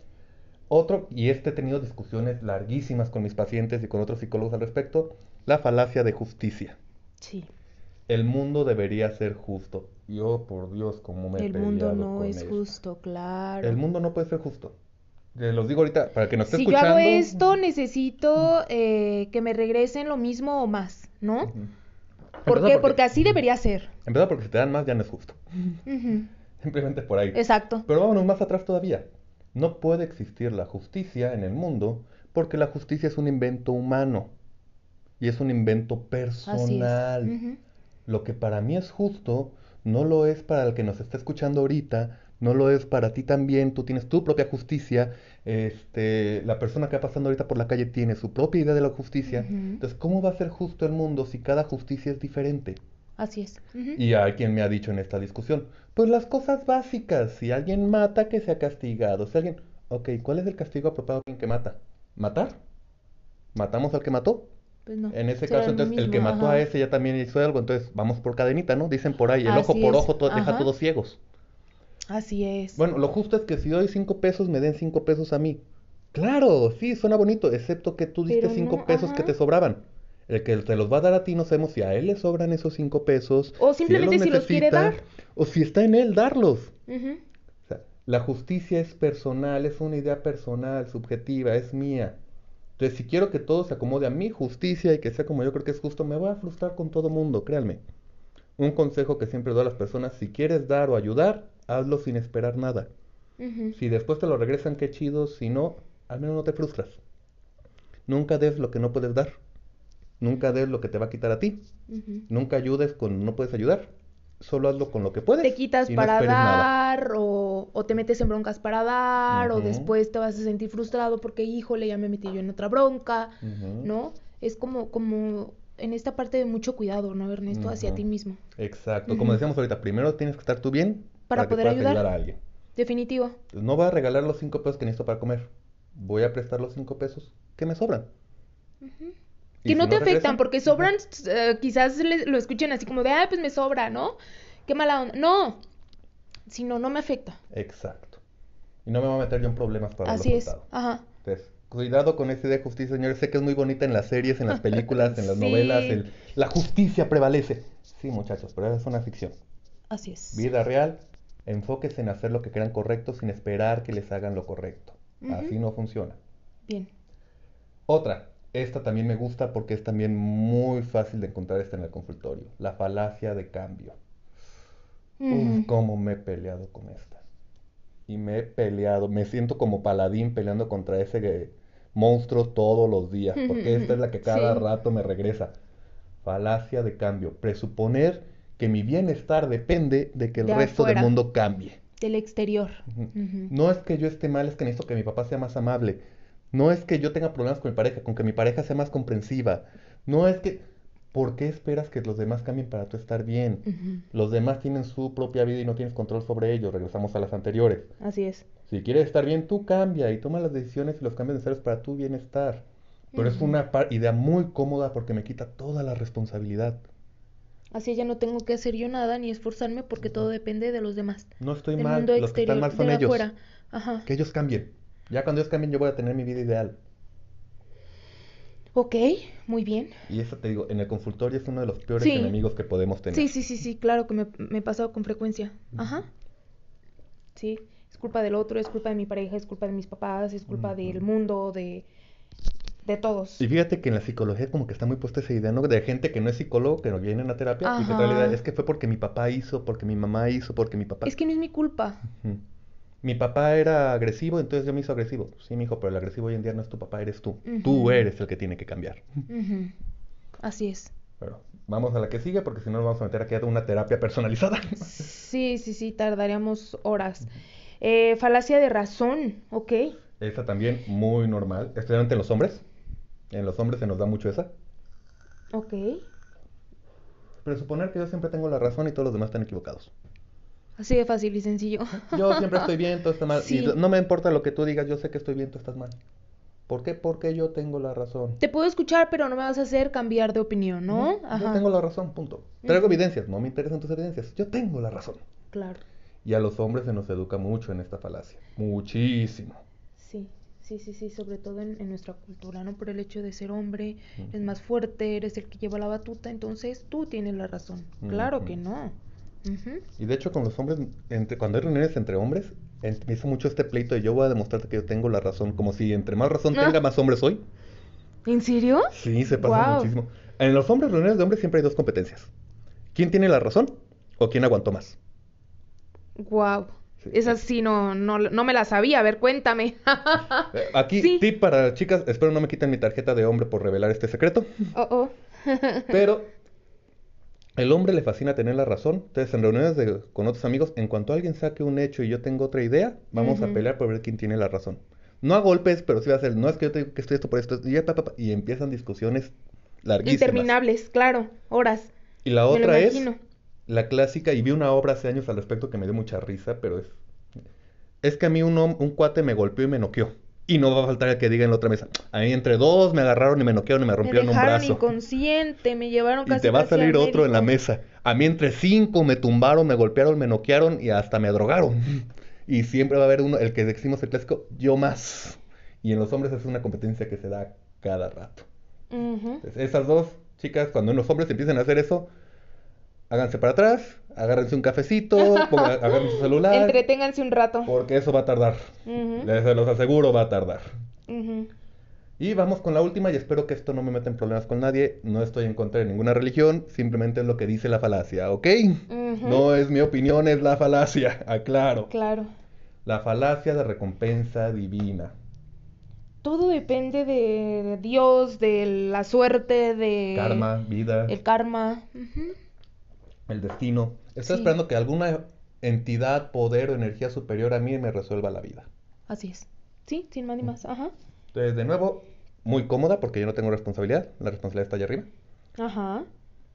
Otro, y este he tenido discusiones larguísimas con mis pacientes y con otros psicólogos al respecto, la falacia de justicia. Sí. El mundo debería ser justo. Yo, por Dios, cómo me he El mundo peleado no con es esta. justo, claro. El mundo no puede ser justo. Les los digo ahorita, para que nos esté Si yo hago escuchando. esto, necesito eh, que me regresen lo mismo o más, ¿no? Ujú. ¿Por Empezando qué? Porque así debería ser. Empezando porque si te dan más ya no es justo. Ujú. Simplemente por ahí. Exacto. Pero vámonos más atrás todavía. No puede existir la justicia en el mundo porque la justicia es un invento humano y es un invento Así es. personal. Ujú. Lo que para mí es justo no lo es para el que nos está escuchando ahorita, no lo es para ti también. Tú tienes tu propia justicia. Este, la persona que va pasando ahorita por la calle tiene su propia idea de la justicia. Ujú. Entonces, ¿cómo va a ser justo el mundo si cada justicia es diferente? Así es. Ujú. Y hay quien me ha dicho en esta discusión, pues las cosas básicas, si alguien mata, que sea castigado. Si alguien, ok, ¿cuál es el castigo apropiado a alguien que mata? ¿Matar? ¿Matamos al que mató? Pues no. En ese será caso, lo entonces, el que mismo, mató ajá. a ese ya también hizo algo, entonces vamos por cadenita, ¿no? Dicen por ahí, el ojo Así por es. ojo to- deja Ajá. todos ciegos. Así es. Bueno, lo justo es que si doy cinco pesos, me den cinco pesos a mí. Claro, sí, suena bonito, excepto que tú diste Pero cinco no, pesos que ajá. te sobraban. El que te los va a dar a ti, no sabemos si a él le sobran esos cinco pesos, O si él simplemente los si los quiere necesita, dar. o si está en él darlos. Ujú. O sea, la justicia es personal, es una idea personal, subjetiva, es mía. Entonces, si quiero que todo se acomode a mi justicia y que sea como yo creo que es justo, me voy a frustrar con todo mundo, créanme. Un consejo que siempre doy a las personas, si quieres dar o ayudar, hazlo sin esperar nada. Ujú. Si después te lo regresan, qué chido, si no, al menos no te frustras. Nunca des lo que no puedes dar. Nunca des lo que te va a quitar a ti. Ujú. Nunca ayudes cuando no puedes ayudar. Solo hazlo con lo que Te puedes quitas y no para esperes nada. dar o, o te metes en broncas para dar o Ujú, después te vas a sentir frustrado porque, híjole, ya me metí yo en otra bronca, ujú, ¿no? Es como, como en esta parte de mucho cuidado, ¿no, Ernesto? Hacia ujú. ti mismo. Exacto. Como Ujú. decíamos ahorita, primero tienes que estar tú bien Para para que poder puedas ayudar. ayudar a alguien. Definitivo. Entonces, no voy a regalar los cinco pesos que necesito para comer. Voy a prestar los cinco pesos que me sobran. Ujú. Y Que si no te no afectan, regresan, porque ujú. sobran, eh, quizás le- lo escuchen así como de, ay, pues me sobra, ¿no? Qué mala onda. No, si no, no me afecta. Exacto. Y no me voy a meter yo en problemas para verlo Así es. soltado. Ajá. Entonces, cuidado con esa idea de justicia, señores. Sé que es muy bonita en las series, en las películas, en las novelas. Sí, El, la justicia prevalece. Sí, muchachos, pero es una ficción. así es. Vida real, enfóquense en hacer lo que crean correcto sin esperar que les hagan lo correcto. Así Ujú. no funciona. Bien. Otra, esta también me gusta porque es también muy fácil de encontrar esta en el consultorio. La falacia de cambio. Uf, Ujú. cómo me he peleado con esta. Y me he peleado, me siento como paladín peleando contra ese eh, monstruo todos los días, porque esta es la que cada Sí, rato me regresa. Falacia de cambio. Presuponer que mi bienestar depende de que el de resto del afuera, mundo cambie. del exterior. Ujú. Ujú. No es que yo esté mal, es que necesito que mi papá sea más amable. No es que yo tenga problemas con mi pareja, con que mi pareja sea más comprensiva. No es que... ¿Por qué esperas que los demás cambien para tú estar bien? Ujú. Los demás tienen su propia vida y no tienes control sobre ellos. Regresamos a las anteriores. Así es. Si quieres estar bien, tú cambia y toma las decisiones y los cambios necesarios para tu bienestar. Pero es Ujú. una par- idea muy cómoda porque me quita toda la responsabilidad. Así ya no tengo que hacer yo nada ni esforzarme porque todo depende de los demás, No estoy del mal, mundo los que están exterior, mal son de ellos. afuera. Ajá. Que ellos cambien. Ya cuando ellos cambien yo voy a tener mi vida ideal. Ok, muy bien. Y eso te digo, en el consultorio es uno de los peores Sí, enemigos que podemos tener. sí, sí, sí, sí, claro que me, me pasa con frecuencia. Ujú. Ajá. Sí, es culpa del otro, es culpa de mi pareja, es culpa de mis papás, es culpa del Ujú. mundo, de, de todos. Y fíjate que en la psicología como que está muy puesta esa idea, ¿no? De gente que no es psicólogo, que no viene a terapia y que trae la idea, Ajá. es que fue porque mi papá hizo, porque mi mamá hizo, porque mi papá... Es que no es mi culpa. Ujú. Mi papá era agresivo, entonces yo me hizo agresivo. Sí, mijo, pero el agresivo hoy en día no es tu papá, eres tú. Tú Ujú. eres el que tiene que cambiar. Ujú. Así es. Pero vamos a la que sigue porque si no nos vamos a meter aquí a una terapia personalizada. Sí, sí, sí, tardaríamos horas. Eh, falacia de razón, ok. Esa también muy normal, especialmente en los hombres. En los hombres se nos da mucho esa. Ok. Presuponer que yo siempre tengo la razón y todos los demás están equivocados. Así de fácil y sencillo. Yo siempre estoy bien, todo está mal. Sí. Y no me importa lo que tú digas, yo sé que estoy bien, tú estás mal. ¿Por qué? Porque yo tengo la razón. Te puedo escuchar, pero no me vas a hacer cambiar de opinión, ¿no? Yo Ajá. tengo la razón, punto. Traigo Ujú. evidencias, no me interesan tus evidencias. Yo tengo la razón. Claro. Y a los hombres se nos educa mucho en esta falacia. Muchísimo. Sí, sí, sí, sí, sobre todo en, en nuestra cultura, ¿no? Por el hecho de ser hombre, Ujú. eres más fuerte, eres el que lleva la batuta, entonces tú tienes la razón. Claro Ujú. que no. Ujú. Y de hecho con los hombres, entre, cuando hay reuniones entre hombres, empieza mucho este pleito de yo voy a demostrarte que yo tengo la razón. Como si entre más razón tenga, Ah, más hombre soy. ¿en serio? Sí, se pasa Wow, muchísimo. En los hombres, reuniones de hombres, siempre hay dos competencias. ¿Quién tiene la razón o quién aguantó más? wow. Sí, Esa eh. sí no, no, no me la sabía. A ver, cuéntame. Eh, Aquí, Sí. tip para chicas, espero no me quiten mi tarjeta de hombre por revelar este secreto, Oh, oh. pero el hombre le fascina tener la razón. Entonces, en reuniones de- con otros amigos, en cuanto alguien saque un hecho y yo tengo otra idea, vamos a Ujú. pelear por ver quién tiene la razón. No a golpes, pero sí va a ser, no es que yo te digo que estoy esto por esto, y, ya, pa, pa, pa, y empiezan discusiones larguísimas. Interminables, claro. Horas. Y la Me lo otra es imagino. la clásica, y vi una obra hace años al respecto que me dio mucha risa, pero es, es que a mí un, hom- un cuate me golpeó y me noqueó. Y no va a faltar el que diga en la otra mesa, a mí entre dos me agarraron y me noquearon y me Me rompieron un dejaron brazo. inconsciente, me llevaron Y te casi va a casi al salir otro en la médico. mesa. A mí entre cinco me tumbaron, me golpearon, me noquearon y hasta me drogaron. Y siempre va a haber uno, el que decimos el clásico, yo más. Y en los hombres es una competencia que se da cada rato. Ujú. Entonces, esas dos chicas, cuando los hombres empiecen a hacer eso, háganse para atrás, agárrense un cafecito, pongan- agarren su celular, Entreténganse un rato. porque eso va a tardar. Ujú, Les se los aseguro, va a tardar. ujú. Y vamos con la última, y espero que esto no me meta en problemas con nadie. No estoy en contra de ninguna religión, simplemente es lo que dice la falacia, ¿ok? Ujú. No es mi opinión, es la falacia, aclaro. Claro. La falacia de recompensa divina. Todo depende de Dios, de la suerte, de Karma, vida, el karma. Ujú. el destino. Estoy Sí, esperando que alguna entidad, poder o energía superior a mí me resuelva la vida. así es. Sí, sin más ni más. Ajá. Entonces, de nuevo, muy cómoda porque yo no tengo responsabilidad. La responsabilidad está allá arriba. Ajá.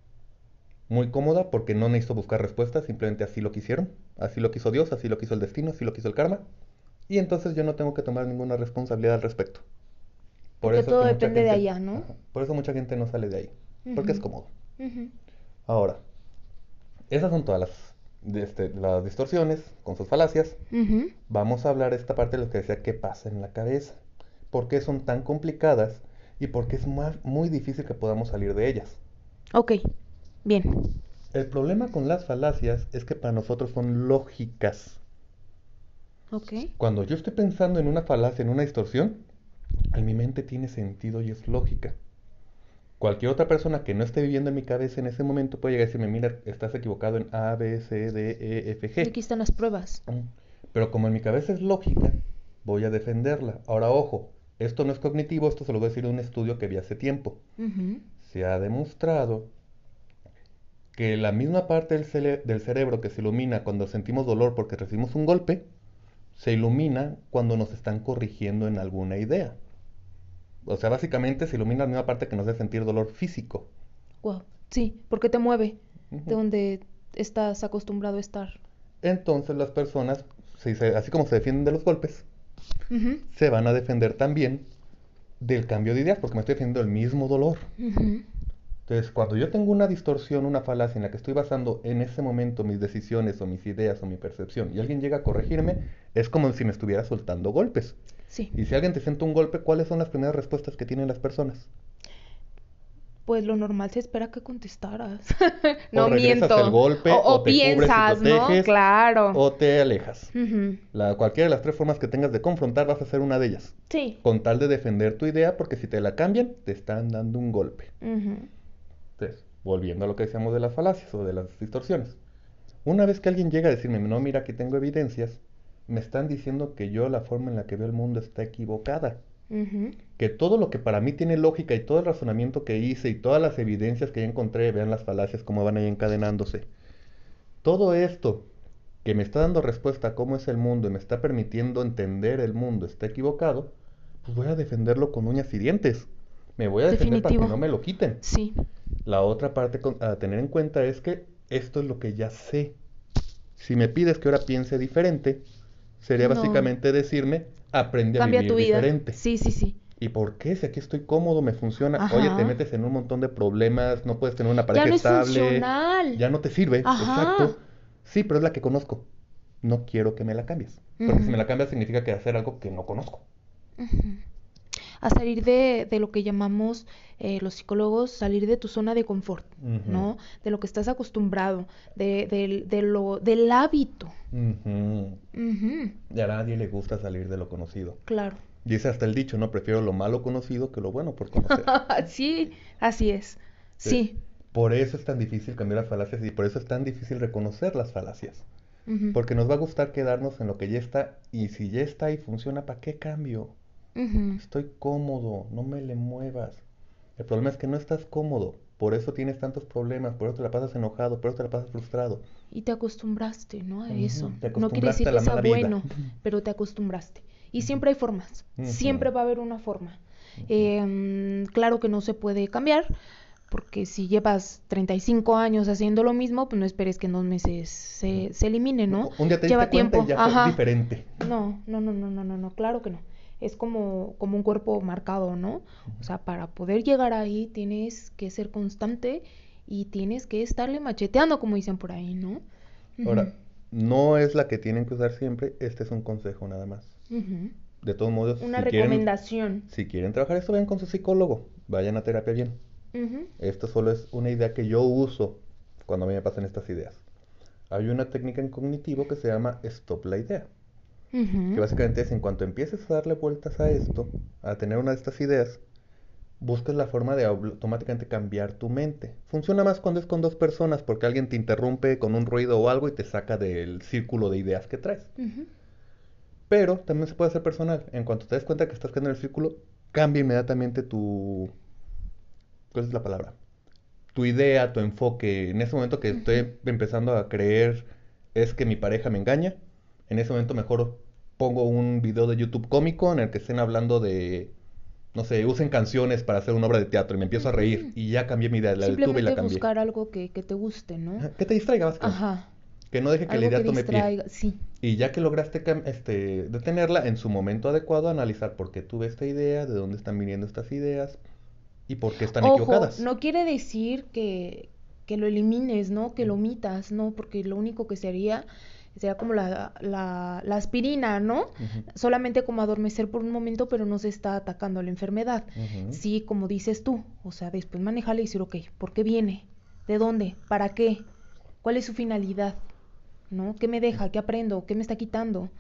Muy cómoda porque no necesito buscar respuestas, simplemente así lo quisieron. Así lo quiso Dios, así lo quiso el destino, así lo quiso el karma. Y entonces yo no tengo que tomar ninguna responsabilidad al respecto. Por Porque eso todo que mucha depende de gente, allá, ¿no? ajá, por eso mucha gente no sale de ahí, porque es Ujú, cómodo. ujú, Ahora, esas son todas las, de este, las distorsiones con sus falacias. ujú. Vamos a hablar de esta parte de lo que decía qué pasa en la cabeza. ¿Por qué son tan complicadas y por qué es más, muy difícil que podamos salir de ellas? Ok, bien. El problema con las falacias es que para nosotros son lógicas. Ok. Cuando yo estoy pensando en una falacia, en una distorsión, en mi mente tiene sentido y es lógica. Cualquier otra persona que no esté viviendo en mi cabeza en ese momento puede llegar a decirme, mira, estás equivocado en A, B, C, D, E, F, Y G. aquí están las pruebas. Mm. Pero como en mi cabeza es lógica, voy a defenderla. Ahora, ojo, esto no es cognitivo, esto se lo voy a decir de un estudio que vi hace tiempo. Ujú. Se ha demostrado que la misma parte del, cere- del cerebro que se ilumina cuando sentimos dolor porque recibimos un golpe, se ilumina cuando nos están corrigiendo en alguna idea. O sea, básicamente se ilumina la misma parte que nos hace sentir dolor físico. Wow. Sí, porque te mueve de Ujú. donde estás acostumbrado a estar. Entonces las personas, si se- así como se defienden de los golpes, Ujú, se van a defender también del cambio de ideas, porque me estoy defendiendo del mismo dolor. ujú. Entonces, cuando yo tengo una distorsión, una falacia en la que estoy basando en ese momento mis decisiones o mis ideas o mi percepción, y alguien llega a corregirme, es como si me estuviera soltando golpes. Sí. Y si alguien te siente un golpe, ¿cuáles son las primeras respuestas que tienen las personas? Pues lo normal se espera que contestaras. O No regresas el miento. golpe, O, o o te cubres y piensas, ¿no? proteges, Claro. o te alejas. Ujú. La, cualquiera de las tres formas que tengas de confrontar vas a hacer una de ellas. Sí. Con tal de defender tu idea, porque si te la cambian, te están dando un golpe. Ujú. Entonces, volviendo a lo que decíamos de las falacias o de las distorsiones. Una vez que alguien llega a decirme, no, mira, aquí tengo evidencias, me están diciendo que yo la forma en la que veo el mundo está equivocada. Ujú. Que todo lo que para mí tiene lógica y todo el razonamiento que hice y todas las evidencias que ya encontré, vean las falacias cómo van ahí encadenándose. Todo esto que me está dando respuesta a cómo es el mundo y me está permitiendo entender el mundo está equivocado, pues voy a defenderlo con uñas y dientes. Me voy a defender para que Definitivo. no me lo quiten. Sí. La otra parte con- a tener en cuenta es que esto es lo que ya sé. Si me pides que ahora piense diferente, sería No. básicamente decirme, aprende a Cambia vivir tu vida. diferente. Sí, sí, sí. ¿Y por qué? Si aquí estoy cómodo, me funciona. Oye, te Ajá. metes en un montón de problemas, no puedes tener una Ya pareja no es estable, funcional. ya no te sirve, Ajá. exacto. Sí, pero es la que conozco. No quiero que me la cambies. Porque si Ujú, me la cambias significa que hacer algo que no conozco. ujú. A salir de, de lo que llamamos eh, los psicólogos, salir de tu zona de confort, Ujú, ¿no? De lo que estás acostumbrado, de, del- de lo, del hábito. ujú. Ujú, Y a nadie le gusta salir de lo conocido. claro. Dice hasta el dicho, ¿no? Prefiero lo malo conocido que lo bueno por conocer. Sí, así es. Entonces, Sí. por eso es tan difícil cambiar las falacias y por eso es tan difícil reconocer las falacias. Ujú, Porque nos va a gustar quedarnos en lo que ya está y si ya está y funciona, ¿para qué cambio? ujú. Estoy cómodo, no me le muevas. El problema es que no estás cómodo, por eso tienes tantos problemas, por eso te la pasas enojado, por eso te la pasas frustrado. Y te acostumbraste, ¿no? A Ujú, eso. te No quiere acostumbraste decir a que la sea mala vida. bueno, pero te acostumbraste. Y Ujú, siempre hay formas. ujú, Siempre va a haber una forma. ujú. Em, claro que no se puede cambiar, porque si llevas treinta y cinco años haciendo lo mismo, pues no esperes que en dos meses se, se elimine, ¿no? No, un día te diste Lleva cuenta y tiempo. ya fue Ajá. diferente. No, no, no, no, no, no, no, claro que no. Es como, como un cuerpo marcado, ¿no? O sea, para poder llegar ahí tienes que ser constante y tienes que estarle macheteando, como dicen por ahí, ¿no? Ujú, Ahora, no es la que tienen que usar siempre, este es un consejo nada más. ujú. De todos modos, Una si quieren, recomendación. si quieren trabajar esto, vayan con su psicólogo, vayan a terapia bien. Ujú, Esto solo es una idea que yo uso cuando a mí me pasan estas ideas. Hay una técnica en cognitivo que se llama stop la idea, que ujú. básicamente es en cuanto empieces a darle vueltas a esto, a tener una de estas ideas, busques la forma de automáticamente cambiar tu mente. Funciona más cuando es con dos personas, porque alguien te interrumpe con un ruido o algo y te saca del círculo de ideas que traes. Ujú. Pero también se puede hacer personal. En cuanto te des cuenta que estás quedando en el círculo, cambia inmediatamente tu... ¿Cuál es la palabra? Tu idea, tu enfoque. En ese momento que Ujú. estoy empezando a creer es que mi pareja me engaña, en ese momento mejor pongo un video de YouTube cómico en el que estén hablando de, no sé, usen canciones para hacer una obra de teatro y me empiezo a reír Ujú. y ya cambié mi idea, la detuve y la Simplemente cambié. buscar algo que, que te guste, ¿no? Ajá, que te distraiga básicamente. Ajá. Que no deje que la Algo que idea tome pie. distraiga. Sí. Y ya que lograste cam- este, detenerla, en su momento adecuado, analizar por qué tuve esta idea, de dónde están viniendo estas ideas y por qué están Ojo, equivocadas. no quiere decir que, que lo elimines, ¿no? Que lo Mm, omitas, ¿no? Porque lo único que sería sería como la, la, la aspirina, ¿no? ujú, Solamente como adormecer por un momento, pero no se está atacando la enfermedad. ujú. Sí, como dices tú, o sea, después manejarle y decir, ok, ¿por qué viene? ¿De dónde? ¿Para qué? ¿Cuál es su finalidad? ¿No? ¿Qué me deja? ¿Qué aprendo? ¿Qué me está quitando?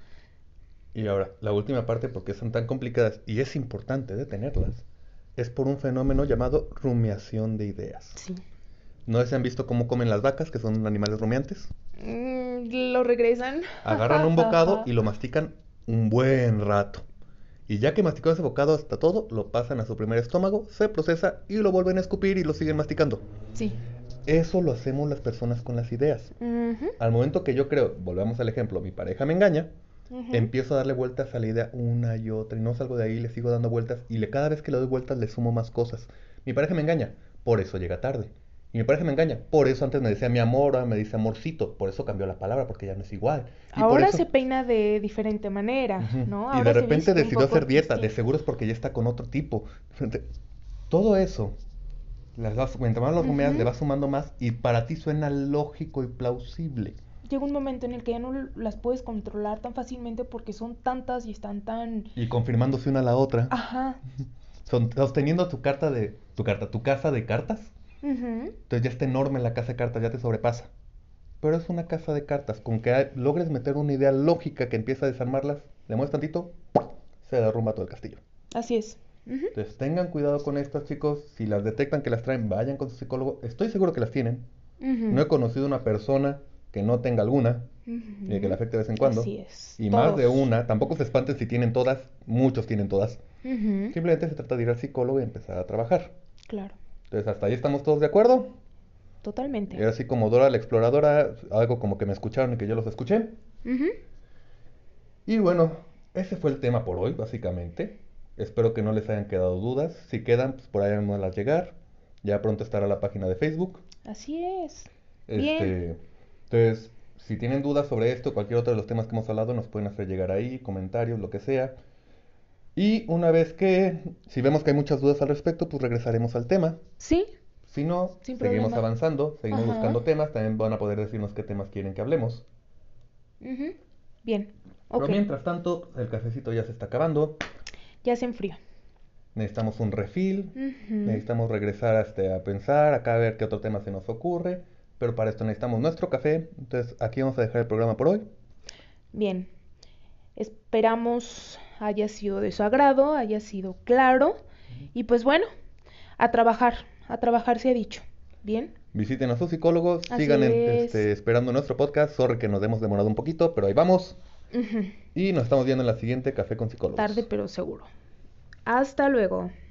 Y ahora, la última parte, porque son tan complicadas y es importante detenerlas, es por un fenómeno llamado rumiación de ideas. Sí. ¿No sé si han visto cómo comen las vacas, que son animales rumiantes? Mm, lo regresan. Agarran un bocado y lo mastican un buen rato. Y ya que masticó ese bocado hasta todo, lo pasan a su primer estómago, se procesa y lo vuelven a escupir y lo siguen masticando. Sí. Eso lo hacemos las personas con las ideas. Ujú, Al momento que yo creo, volvemos al ejemplo, mi pareja me engaña, ujú. empiezo a darle vueltas a la idea una y otra y no salgo de ahí, le sigo dando vueltas y le, cada vez que le doy vueltas le sumo más cosas. Mi pareja me engaña, por eso llega tarde. Y mi pareja me engaña, por eso antes me decía mi amor, ahora me dice amorcito, por eso cambió la palabra, porque ya no es igual. Y por Ahora eso... se peina de diferente manera, Ujú. ¿no? Y de Ahora se repente viste un decidió poco hacer dieta, de distinto. seguro es porque ya está con otro tipo. Todo eso, las vas, mientras más lo rumeas, le Ujú. vas sumando más y para ti suena lógico y plausible. Llega un momento en el que ya no las puedes controlar tan fácilmente porque son tantas y están tan... Y confirmándose una a la otra. Ajá. Son, sosteniendo tu carta de. Tu carta, tu casa de cartas. Ujú. Entonces ya está enorme la casa de cartas, ya te sobrepasa. Pero es una casa de cartas. Con que hay- logres meter una idea lógica que empieza a desarmarlas, le mueves tantito, se derrumba todo el castillo. Así es. Ujú. Entonces tengan cuidado con estas, chicos. Si las detectan que las traen, vayan con su psicólogo. Estoy seguro que las tienen. No Ujú. he conocido una persona que no tenga alguna, y que le Ujú. afecte de vez en cuando. Así es. Y más de Todos. una. Tampoco se espanten si tienen todas. Muchos tienen todas. Ujú. Simplemente se trata de ir al psicólogo y empezar a trabajar. Claro. Entonces, hasta ahí estamos todos de acuerdo. totalmente. Era así como Dora la Exploradora, algo como que me escucharon y que yo los escuché. Ujú. Y bueno, ese fue el tema por hoy, básicamente. Espero que no les hayan quedado dudas. Si quedan, pues por ahí vamos a las llegar. Ya pronto estará la página de Facebook. Así es. Bien. Este, entonces, si tienen dudas sobre esto, cualquier otro de los temas que hemos hablado, nos pueden hacer llegar ahí, comentarios, lo que sea. Y una vez que, si vemos que hay muchas dudas al respecto, pues regresaremos al tema. Sí, Si no, sin seguimos problema. avanzando, seguimos Ajá. buscando temas. También van a poder decirnos qué temas quieren que hablemos. Ujú. Bien. Pero Ok. mientras tanto, el cafecito ya se está acabando. Ya se enfrió. Necesitamos un refill. Ujú. Necesitamos regresar hasta a pensar, acá a ver qué otro tema se nos ocurre. Pero para esto necesitamos nuestro café. Entonces, aquí vamos a dejar el programa por hoy. Bien. Esperamos haya sido de su agrado, haya sido claro. Y pues bueno, a trabajar. A trabajar se ha dicho. Bien. Visiten a sus psicólogos, Así sigan en- es. este, esperando nuestro podcast. Sorry que nos hemos demorado un poquito, pero ahí vamos. Ujú. Y nos estamos viendo en la siguiente Café con Psicólogos. Tarde pero seguro. Hasta luego.